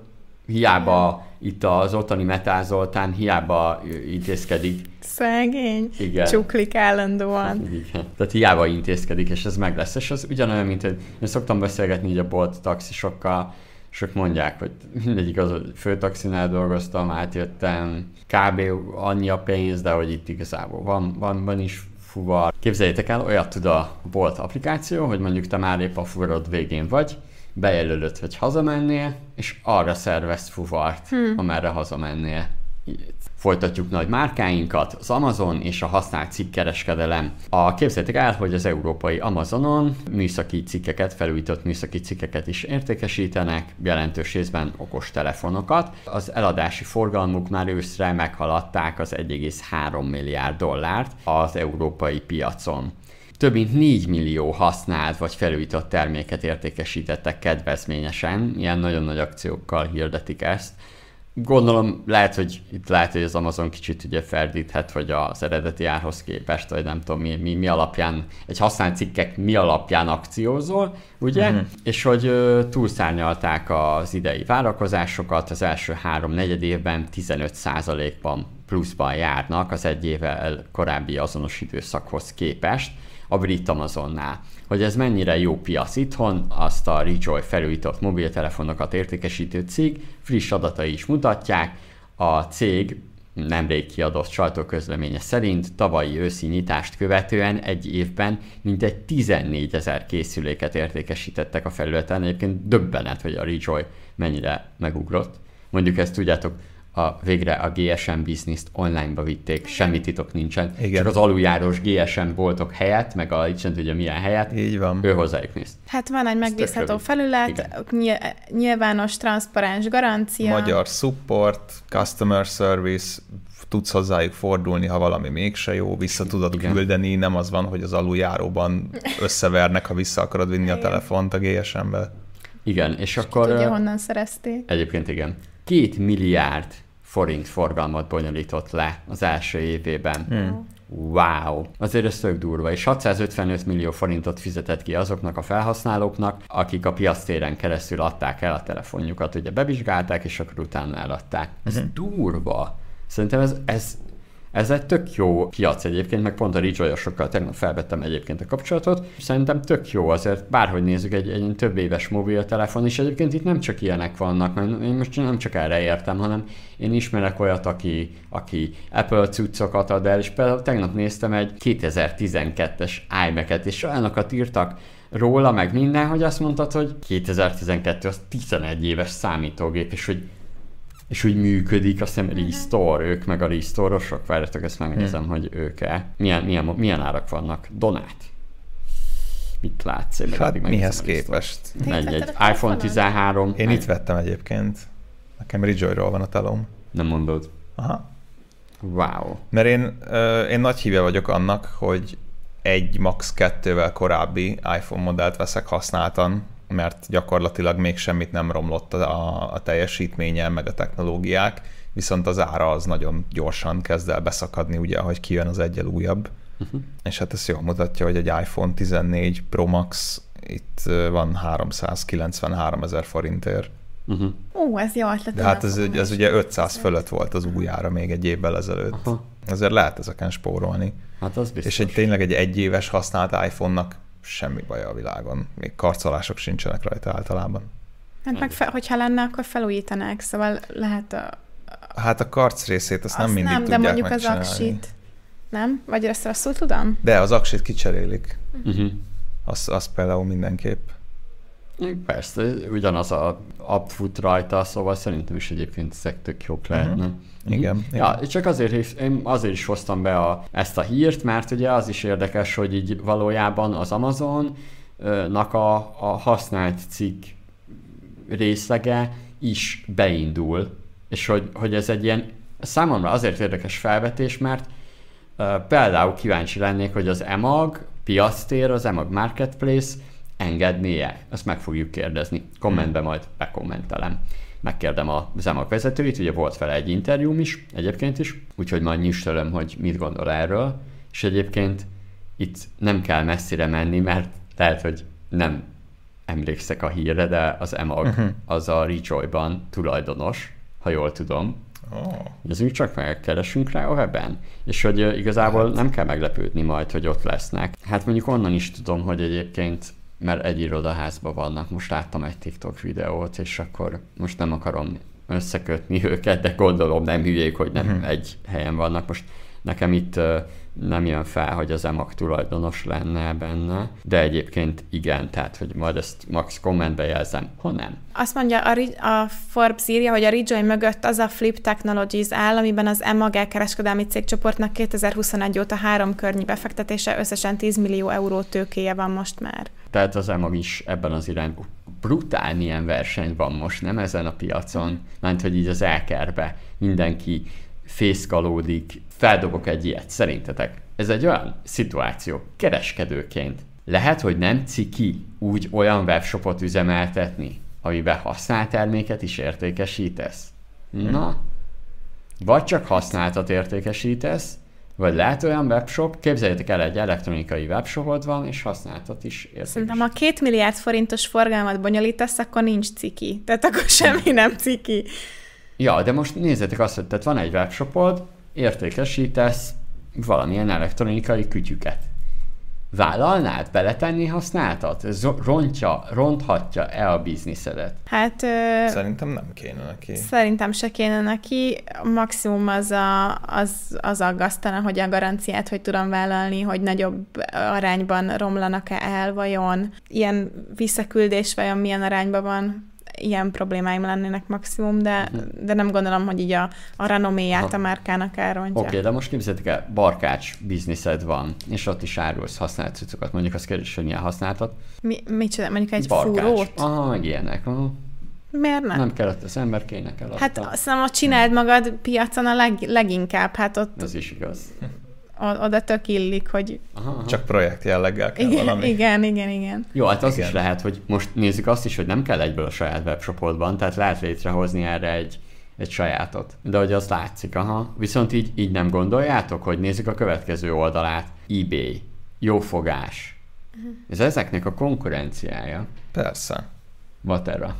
hiába itt az ottani Metázoltán, hiába intézkedik. Szegény. Igen. Csuklik állandóan. Igen. Tehát hiába intézkedik, és ez meg lesz. És az ugyanolyan, mint hogy én szoktam beszélgetni így a Bolt taxisokkal, és ők mondják, hogy mindegyik az, hogy főtaxinál dolgoztam, átjöttem, kb. Annyi a pénz, de hogy itt igazából van, van, van is fuvar. Képzeljétek el, olyat tud a Bolt applikáció, hogy mondjuk te már épp a fuvarod végén vagy, bejelölöd, hogy hazamennél, és arra szervez fuvart, hmm. amerre hazamennél. Folytatjuk nagy márkáinkat, az Amazon és a használt cikkkereskedelem. A képzeljétek el, hogy az európai Amazonon műszaki cikkeket, felújított műszaki cikkeket is értékesítenek, jelentős részben okos telefonokat. Az eladási forgalmuk már őszre meghaladták az egy egész három milliárd dollárt az európai piacon. Több mint négy millió használt vagy felújított terméket értékesítettek kedvezményesen, ilyen nagyon nagy akciókkal hirdetik ezt. Gondolom, lehet, hogy itt lehet, hogy az Amazon kicsit ugye ferdíthet, hogy az eredeti árhoz képest, vagy nem tudom mi, mi, mi alapján, egy használt cikkek mi alapján akciózol, ugye? Uh-huh. És hogy ö, túlszárnyalták az idei várakozásokat, az első három negyed évben tizenöt százalékban pluszban járnak az egy évvel korábbi azonos időszakhoz képest a brit Amazonnál. Hogy ez mennyire jó piac itthon, azt a Rejoy felújított mobiltelefonokat értékesítő cég friss adatai is mutatják. A cég nemrég kiadott sajtóközleménye szerint tavalyi őszi nyitást követően egy évben mintegy tizennégyezer készüléket értékesítettek a felületen. Egyébként döbbenet, hogy a Rejoy mennyire megugrott. Mondjuk ezt tudjátok, a, végre a gé es em Business-t online-ba vitték, semmi titok nincsen. Igen. Csak az aluljárós gé es em boltok helyett, meg a Isten tudja milyen helyett, így van. Ő hozzájuk néz. Hát van egy megbízható felület, nyilv- nyilvános, transzparens garancia. Magyar support, customer service, tudsz hozzájuk fordulni, ha valami mégse jó, vissza tudod Igen. küldeni, nem az van, hogy az aluljáróban összevernek, ha vissza akarod vinni a telefont a gé es em-be. Igen, és, és akkor... Tudja, honnan szerezték. Egyébként igen. Két milliárd forint forgalmat bonyolított le az első évében. Hmm. Wow! Azért ez tök durva, és hatszázötvenöt millió forintot fizetett ki azoknak a felhasználóknak, akik a piactéren keresztül adták el a telefonjukat, ugye bevizsgálták, és akkor utána eladták. Ez hmm. durva! Szerintem ez, ez, ez egy tök jó piac egyébként, meg pont a Rejoy-osokkal tegnap felvettem egyébként a kapcsolatot. Szerintem tök jó azért, bárhogy nézzük, egy, egy több éves mobiltelefon, és egyébként itt nem csak ilyenek vannak, mert én most nem csak erre értem, hanem én ismerek olyat, aki, aki Apple cuccokat ad el, és például tegnap néztem egy kétezer-tizenkettes iMac-et, és olyanokat írtak róla, meg minden, hogy azt mondtad, hogy kétezer-tizenkettő az tizenegy éves számítógép, és hogy és úgy működik, azt hiszem Restore, ők meg a Restore-osok, várjatok, ezt megnézem, hmm. hogy ők-e. Milyen, milyen, milyen árak vannak? Donát. Mit látsz? Én hát mihez képest? Megy egy iPhone tizenhárom. Én egy... itt vettem egyébként. Nekem Rejoy-ról van a telóm. Nem mondod? Aha. Wow. Mert én, én nagy híve vagyok annak, hogy egy max kettővel korábbi iPhone modellt veszek használtan, mert gyakorlatilag még semmit nem romlott a, a teljesítménye, meg a technológiák, viszont az ára az nagyon gyorsan kezd el beszakadni, ugye, ahogy kijön az egyel újabb. Uh-huh. És hát ez jól mutatja, hogy egy iPhone tizennégy Pro Max itt van háromszázkilencvenhárom ezer forintért. Uh-huh. Ó, ez jó ötlet. De hát ez, ez ugye ötszáz fölött volt az új ára még egy évvel ezelőtt. Uh-huh. Azért lehet ezeken spórolni. Hát az biztos. És egy tényleg egy egyéves használt iPhone-nak semmi baja a világon. Még karcolások sincsenek rajta általában. Hát meg fe, hogyha lenne, akkor felújítanák, szóval lehet a... Hát a karc részét azt, azt nem mindig nem, tudják megcsinálni. De mondjuk az aksit, nem? Vagy ezt rosszul tudom? De az aksit kicserélik. Uh-huh. Az, az például mindenképp. Persze, ugyanaz a app fut rajta, szóval szerintem is egyébként ezek tök jók lehetne. Uh-huh. Igen. Ja, igen. Csak azért, én azért is hoztam be a, ezt a hírt, mert ugye az is érdekes, hogy így valójában az Amazonnak a, a használt cikk részlege is beindul, és hogy, hogy ez egy ilyen számomra azért érdekes felvetés, mert uh, például kíváncsi lennék, hogy az e mag piactér, az e mag Marketplace engednie? Ezt meg fogjuk kérdezni. Kommentben majd bekommentelem. Megkérdem az e mag vezetőit, ugye volt vele egy interjúm is, egyébként is, úgyhogy majd nyüstölöm, hogy mit gondol erről, és egyébként itt nem kell messzire menni, mert lehet, hogy nem emlékszek a hírre, de az e mag uh-huh. az a Rejoy-ban tulajdonos, ha jól tudom. Oh. Ezünk csak megkeresünk rá a webben. És hogy uh, igazából hát. nem kell meglepődni majd, hogy ott lesznek. Hát mondjuk onnan is tudom, hogy egyébként, mert egy irodaházban vannak. Most láttam egy TikTok videót, és akkor most nem akarom összekötni őket, de gondolom nem hülyék, hogy nem uh-huh. egy helyen vannak. Most nekem itt nem jön fel, hogy az EMAG tulajdonos lenne benne, de egyébként igen, tehát hogy majd ezt max kommentbe jelzem, ha nem. Azt mondja, a, a Forbes írja, hogy a Rejoin mögött az a Flip Technologies áll, amiben az EMAG elkereskedelmi cégcsoportnak kétezer-huszonegy óta három környi befektetése, összesen tíz millió euró tőkéje van most már. Tehát az EMAG is ebben az irányban brutál milyen verseny van most, nem ezen a piacon, mert hogy így az elkerbe mindenki fészkalódik, feldobok egy ilyet. Szerintetek ez egy olyan szituáció kereskedőként? Lehet, hogy nem ciki úgy olyan webshopot üzemeltetni, amiben használt terméket is értékesítesz? Na? Vagy csak használtat értékesítesz, vagy lehet olyan webshop, képzeljétek el, egy elektronikai webshopod van, és használtat is értékesítesz. Szerintem, ha két milliárd forintos forgalmat bonyolítasz, akkor nincs ciki. Tehát akkor semmi nem ciki. Ja, de most nézzétek azt, hogy tehát van egy webshopod, értékesítesz valamilyen elektronikai kütyüket. Vállalnád beletenni használtat? Ez rontja, ronthatja-e a bizniszedet? Hát... Ö... Szerintem nem kéne neki. Szerintem se kéne neki. Maximum az, a, az, az aggasztana, hogy a garanciát hogy tudom vállalni, hogy nagyobb arányban romlanak-e el, vajon ilyen visszaküldés vajon milyen arányban van. Ilyen problémáim lennének maximum, de, de nem gondolom, hogy így a, a renoméját a márkának elrontja. Oké, okay, de most képzeljétek el, barkács bizniszed van, és ott is árulsz használt cuccokat. Mondjuk az kérdés, hogy milyen használtat. Mi, micsoda? Mondjuk egy barkács. Fúrót? Aha, meg ilyenek. Aha. Miért nem? Nem kellett az emberkének eladta. Hát azt hiszem, hogy csináld magad piacon a leg, leginkább, hát ott... Ez is igaz. Oda tök illik, hogy... Aha, aha. Csak projekt jelleggel kell igen, valami. Igen, igen, igen. Jó, hát az igen. is lehet, hogy most nézzük azt is, hogy nem kell egyből a saját webshopodban, tehát lehet létrehozni erre egy, egy sajátot. De hogy az látszik, aha. Viszont így, így nem gondoljátok, hogy nézzük a következő oldalát. eBay. Jófogás. Uh-huh. Ez ezeknek a konkurenciája. Persze. Vatera.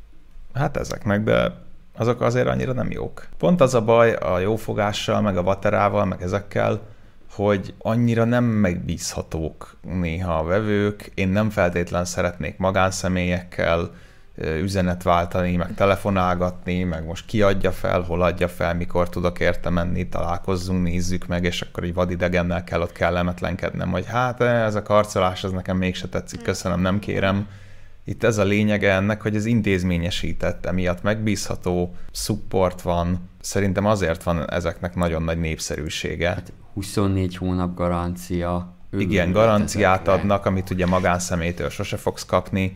Hát ezeknek, de azok azért annyira nem jók. Pont az a baj a jófogással, meg a vaterával, meg ezekkel, hogy annyira nem megbízhatók néha a vevők. Én nem feltétlen szeretnék magánszemélyekkel üzenet váltani, meg telefonálgatni, meg most ki adja fel, hol adja fel, mikor tudok érte menni, találkozzunk, nézzük meg, és akkor egy vadidegennel kell ott kellemetlenkednem, hogy hát ez a karcolás, ez nekem mégse tetszik, köszönöm, nem kérem. Itt ez a lényege ennek, hogy ez intézményesített, emiatt megbízható, support van. Szerintem azért van ezeknek nagyon nagy népszerűsége. Hát huszonnégy hónap garancia. Igen, garanciát ezekre adnak, amit ugye magánszemélytől sose fogsz kapni,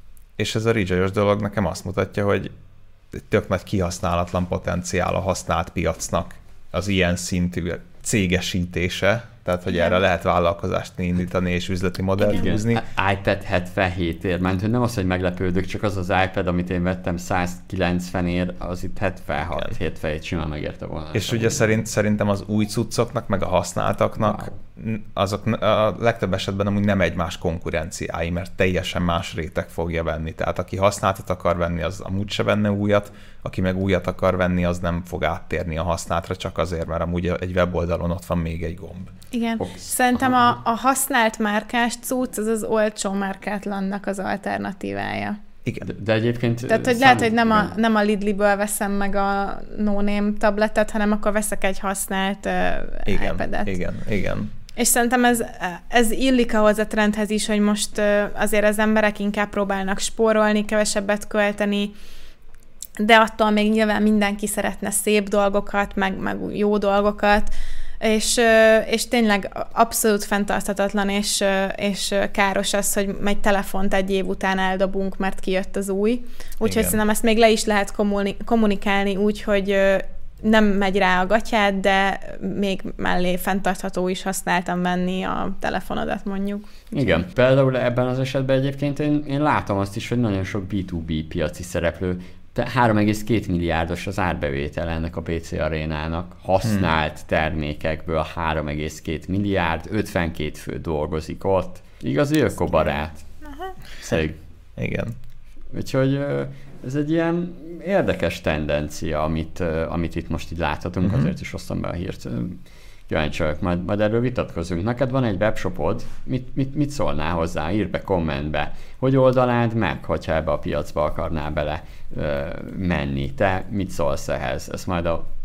és ez a Rejoin-os dolog nekem azt mutatja, hogy tök nagy kihasználatlan potenciál a használt piacnak az ilyen szintű cégesítése, tehát hogy erre lehet vállalkozást indítani és üzleti modellt húzni. iPad hetvenhét ér, mert hogy nem az, hogy meglepődök, csak az az iPad, amit én vettem száz kilencven ér, az itt hetvenhat, hetvenhét simán megérte volna. És ugye szerint, szerintem az új cuccoknak, meg a használtaknak, wow. azok a legtöbb esetben amúgy nem egymás konkurenciái, mert teljesen más réteg fogja venni. Tehát aki használtat akar venni, az amúgy se venne újat, aki meg újat akar venni, az nem fog áttérni a használatra, csak azért, mert amúgy egy weboldalon ott van még egy gomb. Igen. Oh. Szerintem a, a használt márkás cucc az az olcsó márkátlannak az alternatívája. Igen. De, de egyébként... Tehát, hogy lehet, hogy nem a, nem a Lidliből veszem meg a no-name tabletet, hanem akkor veszek egy használt uh, igen, iPadet. Igen, igen. És szerintem ez, ez illik ahhoz a trendhez is, hogy most uh, azért az emberek inkább próbálnak spórolni, kevesebbet költeni, de attól még nyilván mindenki szeretne szép dolgokat, meg, meg jó dolgokat, és, és tényleg abszolút fenntarthatatlan és, és káros az, hogy egy telefont egy év után eldobunk, mert kijött az új. Úgyhogy szerintem ezt még le is lehet kommunikálni úgy, hogy nem megy rá a gatyád, de még mellé fenntartható is használtam venni a telefonodat mondjuk. Igen, például ebben az esetben egyébként én, én látom azt is, hogy nagyon sok bé kettő bé piaci szereplő, három egész két milliárdos az árbevétel ennek a pé cé Arénának, használt hmm. termékekből három egész két milliárd, ötvenkét fő dolgozik ott, igazi ökobarát. Szég. Igen. Úgyhogy ez egy ilyen érdekes tendencia, amit, amit itt most így láthatunk, uh-huh. azért is hoztam be a hírt. Kíváncsi vagyok, majd, majd erről vitatkozunk. Neked van egy webshopod, mit, mit, mit szólnál hozzá? Írd be kommentbe, hogy oldanád meg, hogyha ebbe a piacba akarnál bele ö, menni. Te mit szólsz ehhez? Ezt majd a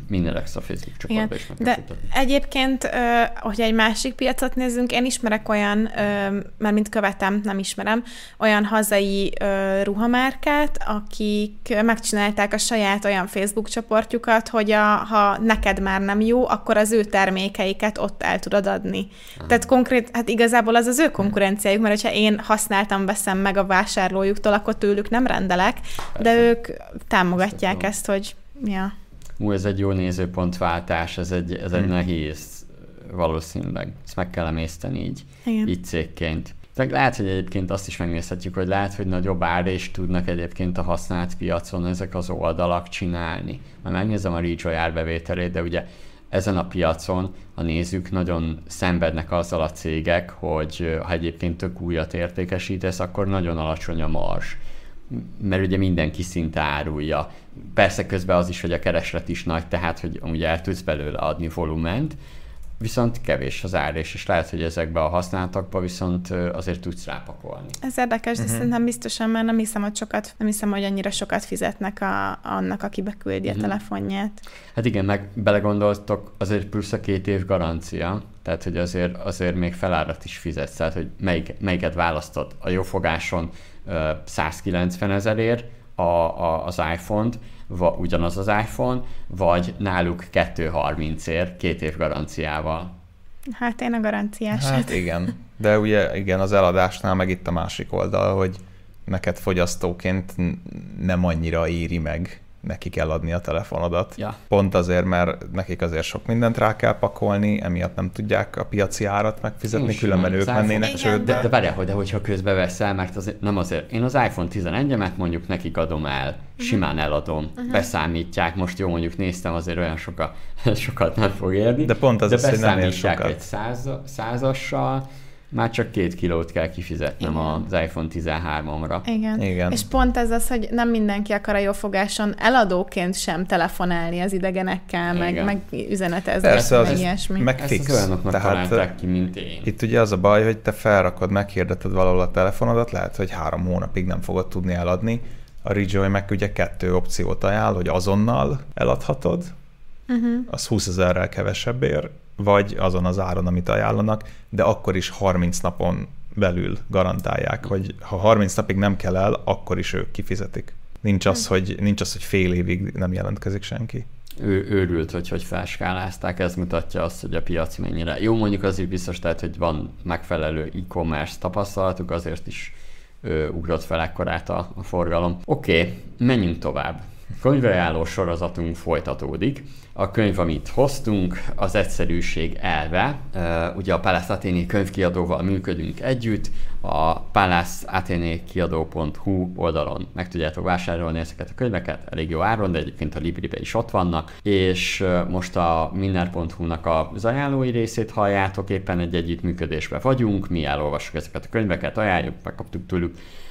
minden extra Facebook csoportba is meg kell De futtatni. egyébként, hogyha egy másik piacot nézzünk, én ismerek olyan, mert mint követem, nem ismerem, olyan hazai ruhamárkát, akik megcsinálták a saját olyan Facebook csoportjukat, hogy a, ha neked már nem jó, akkor az ő termékeiket ott el tudod adni. Aha. Tehát konkrét, hát igazából az az ő konkurenciájuk, mert hogyha én használtam, veszem meg a vásárlójuktól, akkor tőlük nem rendelek, persze. De ők támogatják ezt, hogy ja. Ú, ez egy jó nézőpontváltás, ez egy, ez egy hmm. nehéz valószínűleg. Ezt meg kell emészteni így, így cégként. Tehát lehet, hogy egyébként azt is megnézhetjük, hogy lehet, hogy nagyobb árra is tudnak egyébként a használt piacon ezek az oldalak csinálni. Már megnézem a Rejoy árbevételét, de ugye ezen a piacon a nézők nagyon szenvednek azzal a cégek, hogy ha egyébként tök újat értékesítesz, akkor nagyon alacsony a marzs. Mert ugye mindenki szinte árulja. Persze közben az is, hogy a kereslet is nagy, tehát hogy ugye el tudsz belőle adni volument, viszont kevés az ár, és lehet, hogy ezekbe a használatokba viszont azért tudsz rápakolni. Ez érdekes, de uh-huh. szerintem biztosan, mert nem hiszem, hogy sokat, nem hiszem, hogy annyira sokat fizetnek a, annak, aki beküldi uh-huh. a telefonját. Hát igen, meg belegondoltok, azért plusz a két év garancia, tehát hogy azért, azért még felárat is fizetsz, tehát hogy melyik, melyiket választod. A jófogáson uh, százkilencven ezerért a, a, az iPhone-t, Va, ugyanaz az iPhone, vagy náluk kétszázharmincért, két év garanciával. Hát én a garanciás. Hát igen, de ugye igen, az eladásnál meg itt a másik oldal, hogy neked fogyasztóként nem annyira éri meg nekik eladni a telefonodat. Ja. Pont azért, mert nekik azért sok mindent rá kell pakolni, emiatt nem tudják a piaci árat megfizetni, Én különben ők mennének csődbe. De, de várjál, hogy de hogyha közbe veszel, mert azért, nem azért. Én az iPhone tizenegyemet mondjuk nekik adom el, simán eladom, uh-huh. beszámítják, most jó mondjuk néztem, azért olyan soka, sokat nem fog érni. De pont az, de az hogy nem ér sokat. egy száz, százassal, már csak két kilót kell kifizetnem igen. az iPhone tizenháromra. Igen. Igen. És pont ez az, hogy nem mindenki akar a jófogáson eladóként sem telefonálni az idegenekkel, meg, meg üzenetezni. Persze, az ilyesmi. meg fix. Ezt olyanoknak találták ki, mint én. Itt ugye az a baj, hogy te felrakod, meghirdeted valahol a telefonodat, lehet, hogy három hónapig nem fogod tudni eladni. A Rejoy meg ugye kettő opciót ajánl, hogy azonnal eladhatod, uh-huh. az húszezerrel kevesebbért, vagy azon az áron, amit ajánlanak, de akkor is harminc napon belül garantálják, hogy ha harminc napig nem kell el, akkor is ők kifizetik. Nincs az, hogy, nincs az, hogy fél évig nem jelentkezik senki. Ő őrült, hogy hogy felskálázták, ez mutatja azt, hogy a piac mennyire. Jó, mondjuk azért biztos, tehát, hogy van megfelelő e-commerce tapasztalatuk, azért is ő, ugrott fel ekkorát a, a forgalom. Oké, okay, menjünk tovább. Könyvajánló sorozatunk folytatódik. A könyv, amit hoztunk, az egyszerűség elve. Ugye a Palace Athénée könyvkiadóval működünk együtt, a palace athénée kiadó pont hu oldalon meg tudjátok vásárolni ezeket a könyveket, elég jó áron, de egyébként a Libribe is ott vannak, és most a minner pont hu-nak az ajánlói részét halljátok, éppen egy együttműködésben vagyunk, mi elolvassuk ezeket a könyveket, ajánljuk, megkaptuk tőlük,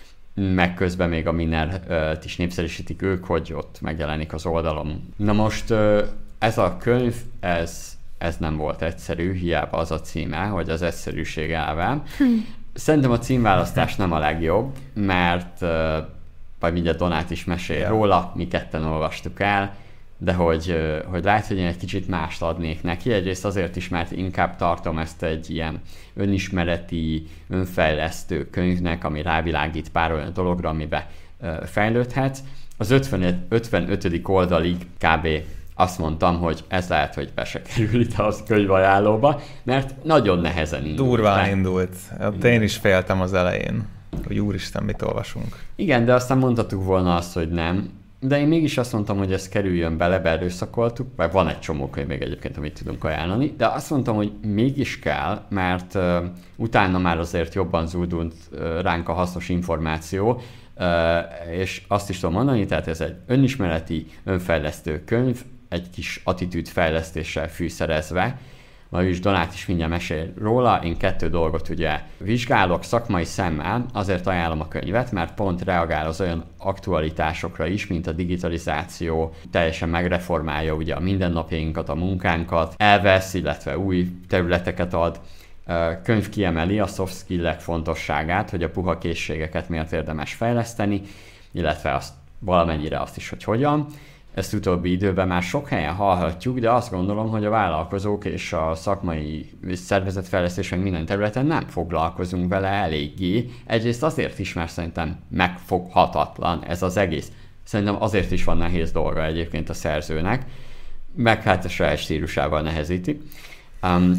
meg közben még a Minnert is népszerűsítik ők, hogy ott megjelenik az oldalon. Na most ez a könyv, ez, ez nem volt egyszerű, hiába az a címe, hogy az egyszerűség elve. Szerintem a címválasztás nem a legjobb, mert vagy mindjárt Donát is mesél yeah. róla, mi ketten olvastuk el, de hogy, hogy lehet, hogy én egy kicsit mást adnék neki. Egyrészt azért is, mert inkább tartom ezt egy ilyen önismereti, önfejlesztő könyvnek, ami rávilágít pár olyan dologra, amiben fejlődhetsz. Az ötvenötödik oldalig kb. Azt mondtam, hogy ez lehet, hogy be se kerül itt a könyvajánlóba, mert nagyon nehezen indult. Durván be. indult. Hát én is féltem az elején, hogy úristen, mit olvasunk. Igen, de aztán mondhattuk volna azt, hogy nem. De én mégis azt mondtam, hogy ez kerüljön bele, beerőszakoltuk, vagy van egy csomó könyv még egyébként, amit tudunk ajánlani, de azt mondtam, hogy mégis kell, mert uh, utána már azért jobban zúdult uh, ránk a hasznos információ, uh, és azt is tudom mondani, tehát ez egy önismereti, önfejlesztő könyv, egy kis attitűdfejlesztéssel fűszerezve, vagyis Donát is mindjárt mesél róla, én kettő dolgot ugye vizsgálok szakmai szemmel, azért ajánlom a könyvet, mert pont reagál az olyan aktualitásokra is, mint a digitalizáció, teljesen megreformálja ugye a mindennapjainkat, a munkánkat, elvesz, illetve új területeket ad. Könyv kiemeli a soft skill-ek fontosságát, hogy a puha készségeket miért érdemes fejleszteni, illetve azt valamennyire azt is, hogy hogyan. ezt utóbbi időben már sok helyen hallhatjuk, de azt gondolom, hogy a vállalkozók és a szakmai szervezetfejlesztés meg minden területen nem foglalkozunk vele eléggé. Egyrészt azért is, mert szerintem megfoghatatlan ez az egész. Szerintem azért is van nehéz dolga egyébként a szerzőnek, meg hát a saját stílusával nehezíti. Um,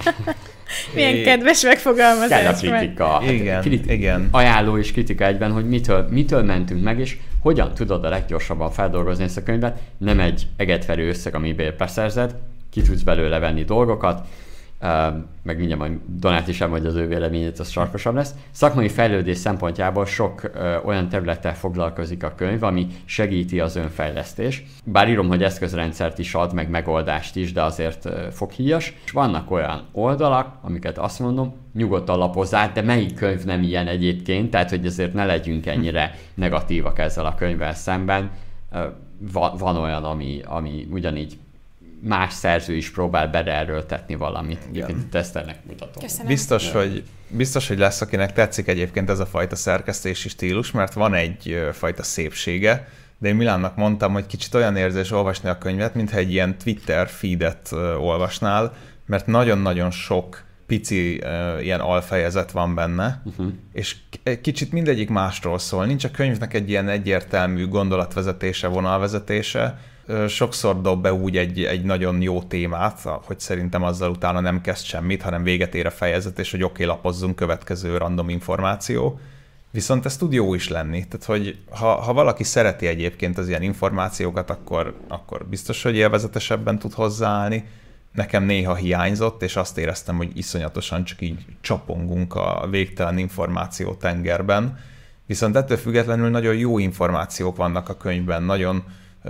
Milyen é... kedves megfogalmazás. Kell a kritika. Igen, kriti- igen. Ajánló és kritika egyben, hogy mitől, mitől mentünk meg, és hogyan tudod a leggyorsabban feldolgozni ezt a könyvet. Nem egy egetverő összeg, amiből beszerzed, ki tudsz belőle venni dolgokat, Uh, meg mindjárt majd Donát is elmondja az ő véleményét, az sarkosabb lesz. Szakmai fejlődés szempontjából sok uh, olyan területtel foglalkozik a könyv, ami segíti az önfejlesztést. Bár írom, hogy eszközrendszert is ad, meg megoldást is, de azért uh, foghíjas. És vannak olyan oldalak, amiket azt mondom, nyugodtan lapoz át, de melyik könyv nem ilyen egyébként, tehát hogy azért ne legyünk ennyire negatívak ezzel a könyvvel szemben. Uh, van, van olyan, ami, ami ugyanígy más szerző is próbál beleerőltetni valamit. Egyébként tesztelnek mutatom. Biztos, hogy, biztos, hogy lesz, akinek tetszik egyébként ez a fajta szerkesztési stílus, mert van egy fajta szépsége, de én Milánnak mondtam, hogy kicsit olyan érzés olvasni a könyvet, mintha egy ilyen Twitter feedet olvasnál, mert nagyon-nagyon sok pici uh, ilyen alfejezet van benne, uh-huh. és kicsit mindegyik másról szól. Nincs a könyvnek egy ilyen egyértelmű gondolatvezetése, vonalvezetése. Sokszor dob be úgy egy, egy nagyon jó témát, hogy szerintem azzal utána nem kezd semmit, hanem véget ér a fejezet, és hogy oké, okay, lapozzunk, következő random információ. Viszont ez tud jó is lenni. Tehát, hogy ha, ha valaki szereti egyébként az ilyen információkat, akkor, akkor biztos, hogy élvezetesebben tud hozzáállni. Nekem néha hiányzott, és azt éreztem, hogy iszonyatosan csak így csapongunk a végtelen információ tengerben. Viszont ettől függetlenül nagyon jó információk vannak a könyvben, nagyon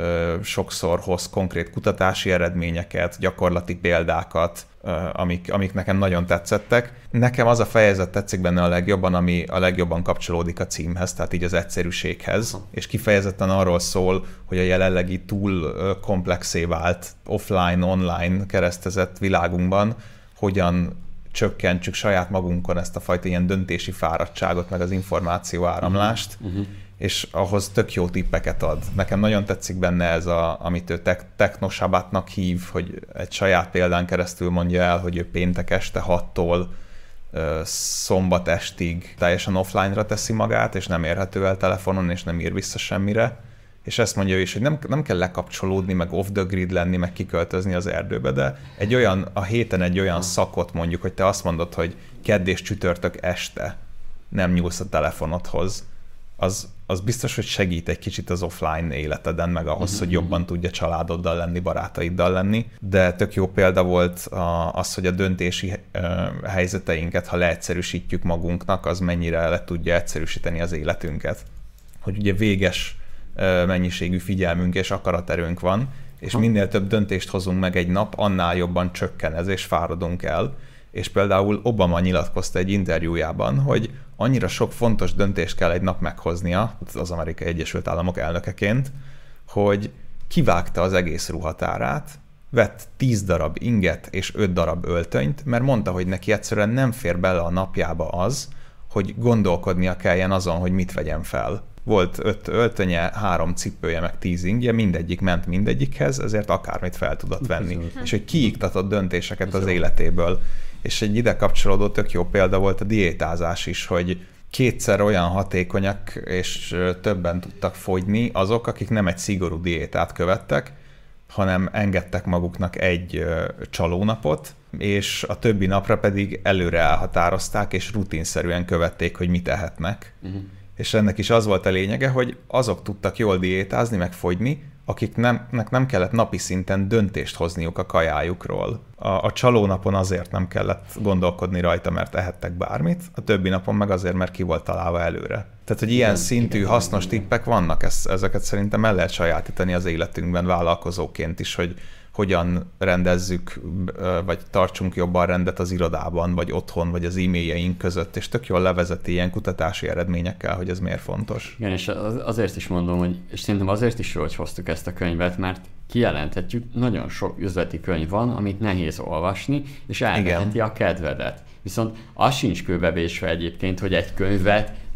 sokszor hoz konkrét kutatási eredményeket, gyakorlati példákat, amik, amik nekem nagyon tetszettek. Nekem az a fejezet tetszik benne a legjobban, ami a legjobban kapcsolódik a címhez, tehát így az egyszerűséghez, és kifejezetten arról szól, hogy a jelenlegi túl komplexé vált offline-online keresztezett világunkban hogyan csökkentsük saját magunkon ezt a fajta ilyen döntési fáradtságot, meg az információ áramlást, uh-huh. és ahhoz tök jó tippeket ad. Nekem nagyon tetszik benne ez, a, amit ő tek, technosabatnak hív, hogy egy saját példán keresztül mondja el, hogy ő péntek este hattól szombat estig teljesen offline-ra teszi magát, és nem érhető el telefonon, és nem ír vissza semmire. És ezt mondja ő is, hogy nem, nem kell lekapcsolódni, meg off the grid lenni, meg kiköltözni az erdőbe, de egy olyan, a héten egy olyan szakot mondjuk, hogy te azt mondod, hogy kedd és csütörtök este nem nyúlsz a telefonodhoz, az, az biztos, hogy segít egy kicsit az offline életeden, meg ahhoz, uh-huh. hogy jobban tudja családoddal lenni, barátaiddal lenni. De tök jó példa volt az, hogy a döntési helyzeteinket, ha leegyszerűsítjük magunknak, az mennyire le tudja egyszerűsíteni az életünket. Hogy ugye véges mennyiségű figyelmünk és akaraterőnk van, és minél több döntést hozunk meg egy nap, annál jobban csökken ez, és fáradunk el. És például Obama nyilatkozta egy interjújában, hogy annyira sok fontos döntést kell egy nap meghoznia, az Amerikai Egyesült Államok elnökeként, hogy kivágta az egész ruhatárát, vett tíz darab inget és öt darab öltönyt, mert mondta, hogy neki egyszerűen nem fér bele a napjába az, hogy gondolkodnia kelljen azon, hogy mit vegyen fel. Volt öt öltönye, három cipője, meg tíz ingje, mindegyik ment mindegyikhez, ezért akármit fel tudott venni. És hogy kiiktatott döntéseket az életéből. És egy ide kapcsolódó tök jó példa volt a diétázás is, hogy kétszer olyan hatékonyak és többen tudtak fogyni azok, akik nem egy szigorú diétát követtek, hanem engedtek maguknak egy csalónapot, és a többi napra pedig előre elhatározták, és rutinszerűen követték, hogy mit ehetnek. Uh-huh. És ennek is az volt a lényege, hogy azok tudtak jól diétázni, meg fogyni, akiknek nem kellett napi szinten döntést hozniuk a kajájukról. A, a csalónapon azért nem kellett gondolkodni rajta, mert ehettek bármit, a többi napon meg azért, mert ki volt találva előre. Tehát, hogy ilyen igen, szintű igen, hasznos igen. tippek vannak, ezt, ezeket szerintem el lehet sajátítani az életünkben vállalkozóként is, hogy hogyan rendezzük, vagy tartsunk jobban rendet az irodában, vagy otthon, vagy az e-mailjeink között, és tök jól levezeti ilyen kutatási eredményekkel, hogy ez miért fontos. Igen, és azért is mondom, hogy, és szerintem azért is jó, hogy hoztuk ezt a könyvet, mert kijelenthetjük, nagyon sok üzleti könyv van, amit nehéz olvasni, és elveheti a kedvedet. Viszont az sincs kőbevésve egyébként, hogy egy könyvet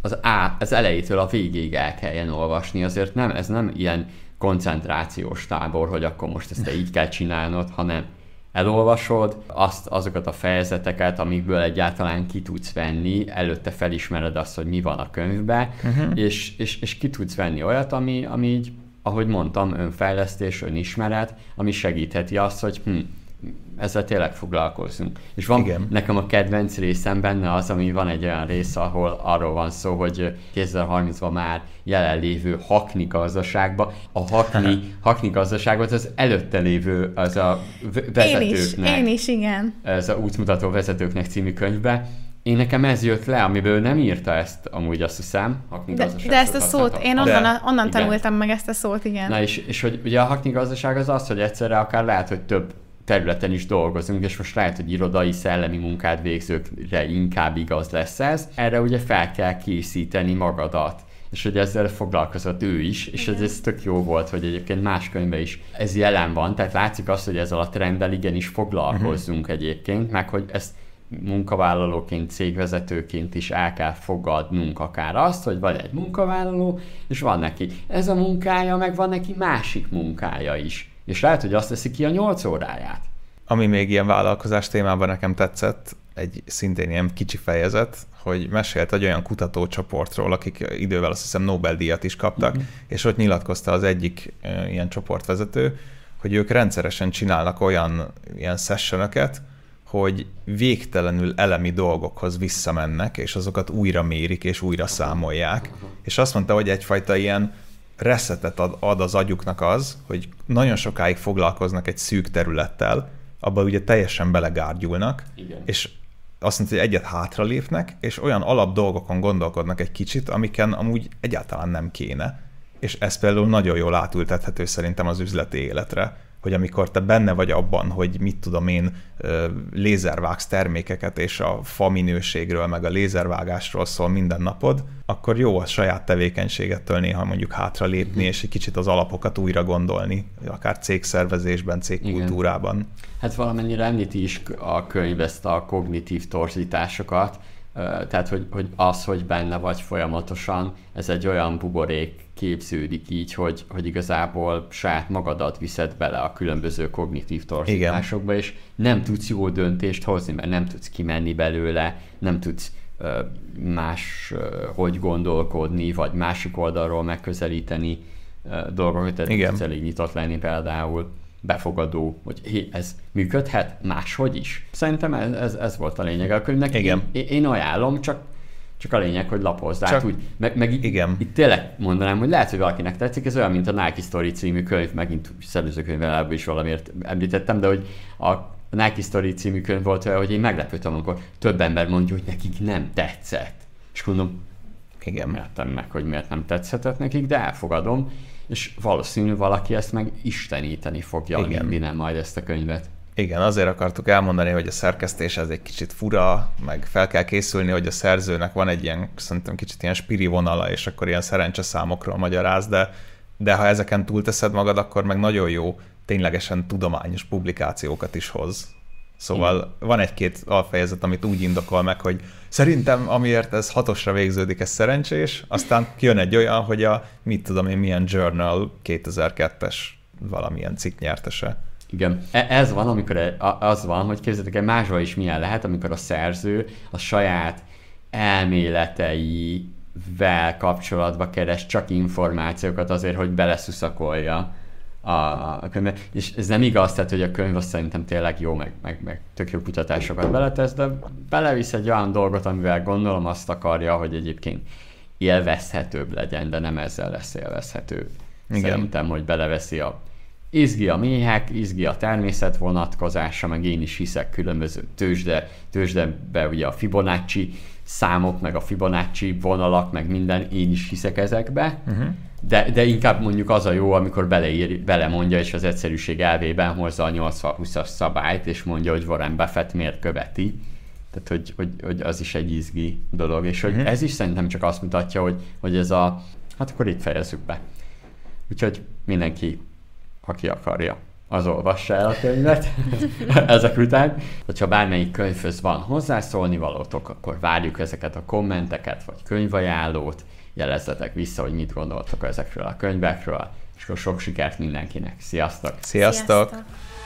az, á, az elejétől a végéig el kelljen olvasni, azért nem, ez nem ilyen koncentrációs tábor, hogy akkor most ezt te így kell csinálnod, hanem elolvasod azt, azokat a fejezeteket, amikből egyáltalán ki tudsz venni, előtte felismered azt, hogy mi van a könyvben, uh-huh. és, és, és ki tudsz venni olyat, ami, ami így, ahogy mondtam, önfejlesztés, önismeret, ami segítheti azt, hogy hm, ezzel tényleg foglalkozzunk. És van Igen. nekem a kedvenc részem benne az, ami van egy olyan rész, ahol arról van szó, hogy kétezer-harmincban már jelenlévő Hackney gazdaságban, a Hackney, Hackney gazdaságot az előtte lévő, az a vezetőknek. Én is, én is, igen. Ez a útmutató vezetőknek című könyvbe. Én nekem ez jött le, amiből nem írta ezt, amúgy azt hiszem. De, de ezt a szót, én onnan, de, onnan tanultam meg ezt a szót, igen. Na és, és hogy ugye a Hackney gazdaság az az, hogy egyszerre akár lehet, hogy több területen is dolgozunk, és most lehet, hogy irodai, szellemi munkát végzőkre inkább igaz lesz ez. Erre ugye fel kell készíteni magadat. És hogy ezzel foglalkozott ő is, és ez, ez tök jó volt, hogy egyébként más könyvben is ez jelen van, tehát látszik azt, hogy ezzel a trenddel igenis foglalkozzunk uh-huh. egyébként, meg hogy ezt munkavállalóként, cégvezetőként is el kell fogadnunk akár azt, hogy van egy munkavállaló, és van neki ez a munkája, meg van neki másik munkája is. És lehet, hogy azt veszi ki a nyolc óráját. Ami még ilyen vállalkozás témában nekem tetszett, egy szintén ilyen kicsi fejezet, hogy mesélt egy olyan kutatócsoportról, akik idővel azt hiszem Nobel-díjat is kaptak, mm-hmm. és ott nyilatkozta az egyik e, ilyen csoportvezető, hogy ők rendszeresen csinálnak olyan ilyen sessionöket, hogy végtelenül elemi dolgokhoz visszamennek, és azokat újra mérik, és újra számolják. Uh-huh. És azt mondta, hogy egyfajta ilyen reszetet ad, ad az agyuknak az, hogy nagyon sokáig foglalkoznak egy szűk területtel, abban ugye teljesen belegárgyulnak, Igen. és azt mondta, hogy egyet hátralépnek, és olyan alap dolgokon gondolkodnak egy kicsit, amiken amúgy egyáltalán nem kéne. És ez például nagyon jól átültethető szerintem az üzleti életre, hogy amikor te benne vagy abban, hogy mit tudom én, lézervágsz termékeket, és a fa minőségről, meg a lézervágásról szól minden napod, akkor jó a saját tevékenységettől néha mondjuk hátralépni, és egy kicsit az alapokat újra gondolni, akár cégszervezésben, cégkultúrában. Igen. Hát valamennyire említi is a könyv ezt a kognitív torzításokat, tehát hogy, hogy az, hogy benne vagy folyamatosan, ez egy olyan buborék képződik így, hogy, hogy igazából saját magadat viszed bele a különböző kognitív torzításokba, Igen. és nem tudsz jó döntést hozni, mert nem tudsz kimenni belőle, nem tudsz uh, más uh, hogy gondolkodni, vagy másik oldalról megközelíteni uh, dolgokat, tehát Igen. tudsz elég nyitott lenni például, befogadó, hogy hé, ez működhet máshogy is. Szerintem ez, ez, ez volt a lényeg a könyvnek. Igen. Én, én ajánlom, csak Csak a lényeg, hogy lapozz. Csak, úgy, meg, meg igen. Itt tényleg mondanám, hogy lehet, hogy valakinek tetszik, ez olyan, mint a Nike Story című könyv, megint előző könyvvel ebből is valamiért említettem, de hogy a Nike Story című könyv volt olyan, hogy én meglepődtem, amikor több ember mondja, hogy nekik nem tetszett. És mondom, igen. Értem meg, hogy miért nem tetszhetett nekik, de elfogadom, és valószínű valaki ezt meg isteníteni fogja, minden majd ezt a könyvet. Igen, azért akartuk elmondani, hogy a szerkesztés ez egy kicsit fura, meg fel kell készülni, hogy a szerzőnek van egy ilyen, szerintem kicsit ilyen spiri vonala, és akkor ilyen szerencseszámokról magyaráz, de, de ha ezeken túlteszed magad, akkor meg nagyon jó, ténylegesen tudományos publikációkat is hoz. Szóval Igen. van egy-két alfejezet, amit úgy indokol meg, hogy szerintem amiért ez hatosra végződik, ez szerencsés, aztán jön egy olyan, hogy a mit tudom én milyen Journal kétezer-kettes valamilyen cikk nyertese. Igen, ez van, amikor az van, hogy képzeljétek el, máshol is milyen lehet, amikor a szerző a saját elméleteivel kapcsolatba keres csak információkat azért, hogy beleszuszakolja a, a könyvbe. És ez nem igaz, tehát, hogy a könyv azt szerintem tényleg jó, meg, meg, meg tök jó kutatásokat beletesz, de belevisz egy olyan dolgot, amivel gondolom azt akarja, hogy egyébként élvezhetőbb legyen, de nem ezzel lesz élvezhető. Igen. Szerintem, hogy beleveszi a izgi a méhek, izgi a természet vonatkozása, meg én is hiszek különböző tőzsde, tőzsdebe ugye a Fibonacci számok, meg a Fibonacci vonalak, meg minden, én is hiszek ezekbe, uh-huh. de, de inkább mondjuk az a jó, amikor beleír, belemondja, és az egyszerűség elvében hozza a nyolcvan-húszas szabályt, és mondja, hogy Warren Buffett miért követi. Tehát, hogy, hogy, hogy az is egy izgi dolog, és hogy uh-huh. ez is szerintem csak azt mutatja, hogy, hogy ez a... Hát akkor itt fejezzük be. Úgyhogy mindenki, aki akarja, az olvassa el a könyvet ezek után. Hogyha bármelyik könyvhöz van hozzászólni valótok, akkor várjuk ezeket a kommenteket, vagy könyvajánlót, jelezzetek vissza, hogy mit gondoltok ezekről a könyvekről, és akkor sok sikert mindenkinek. Sziasztok! Sziasztok! Sziasztok.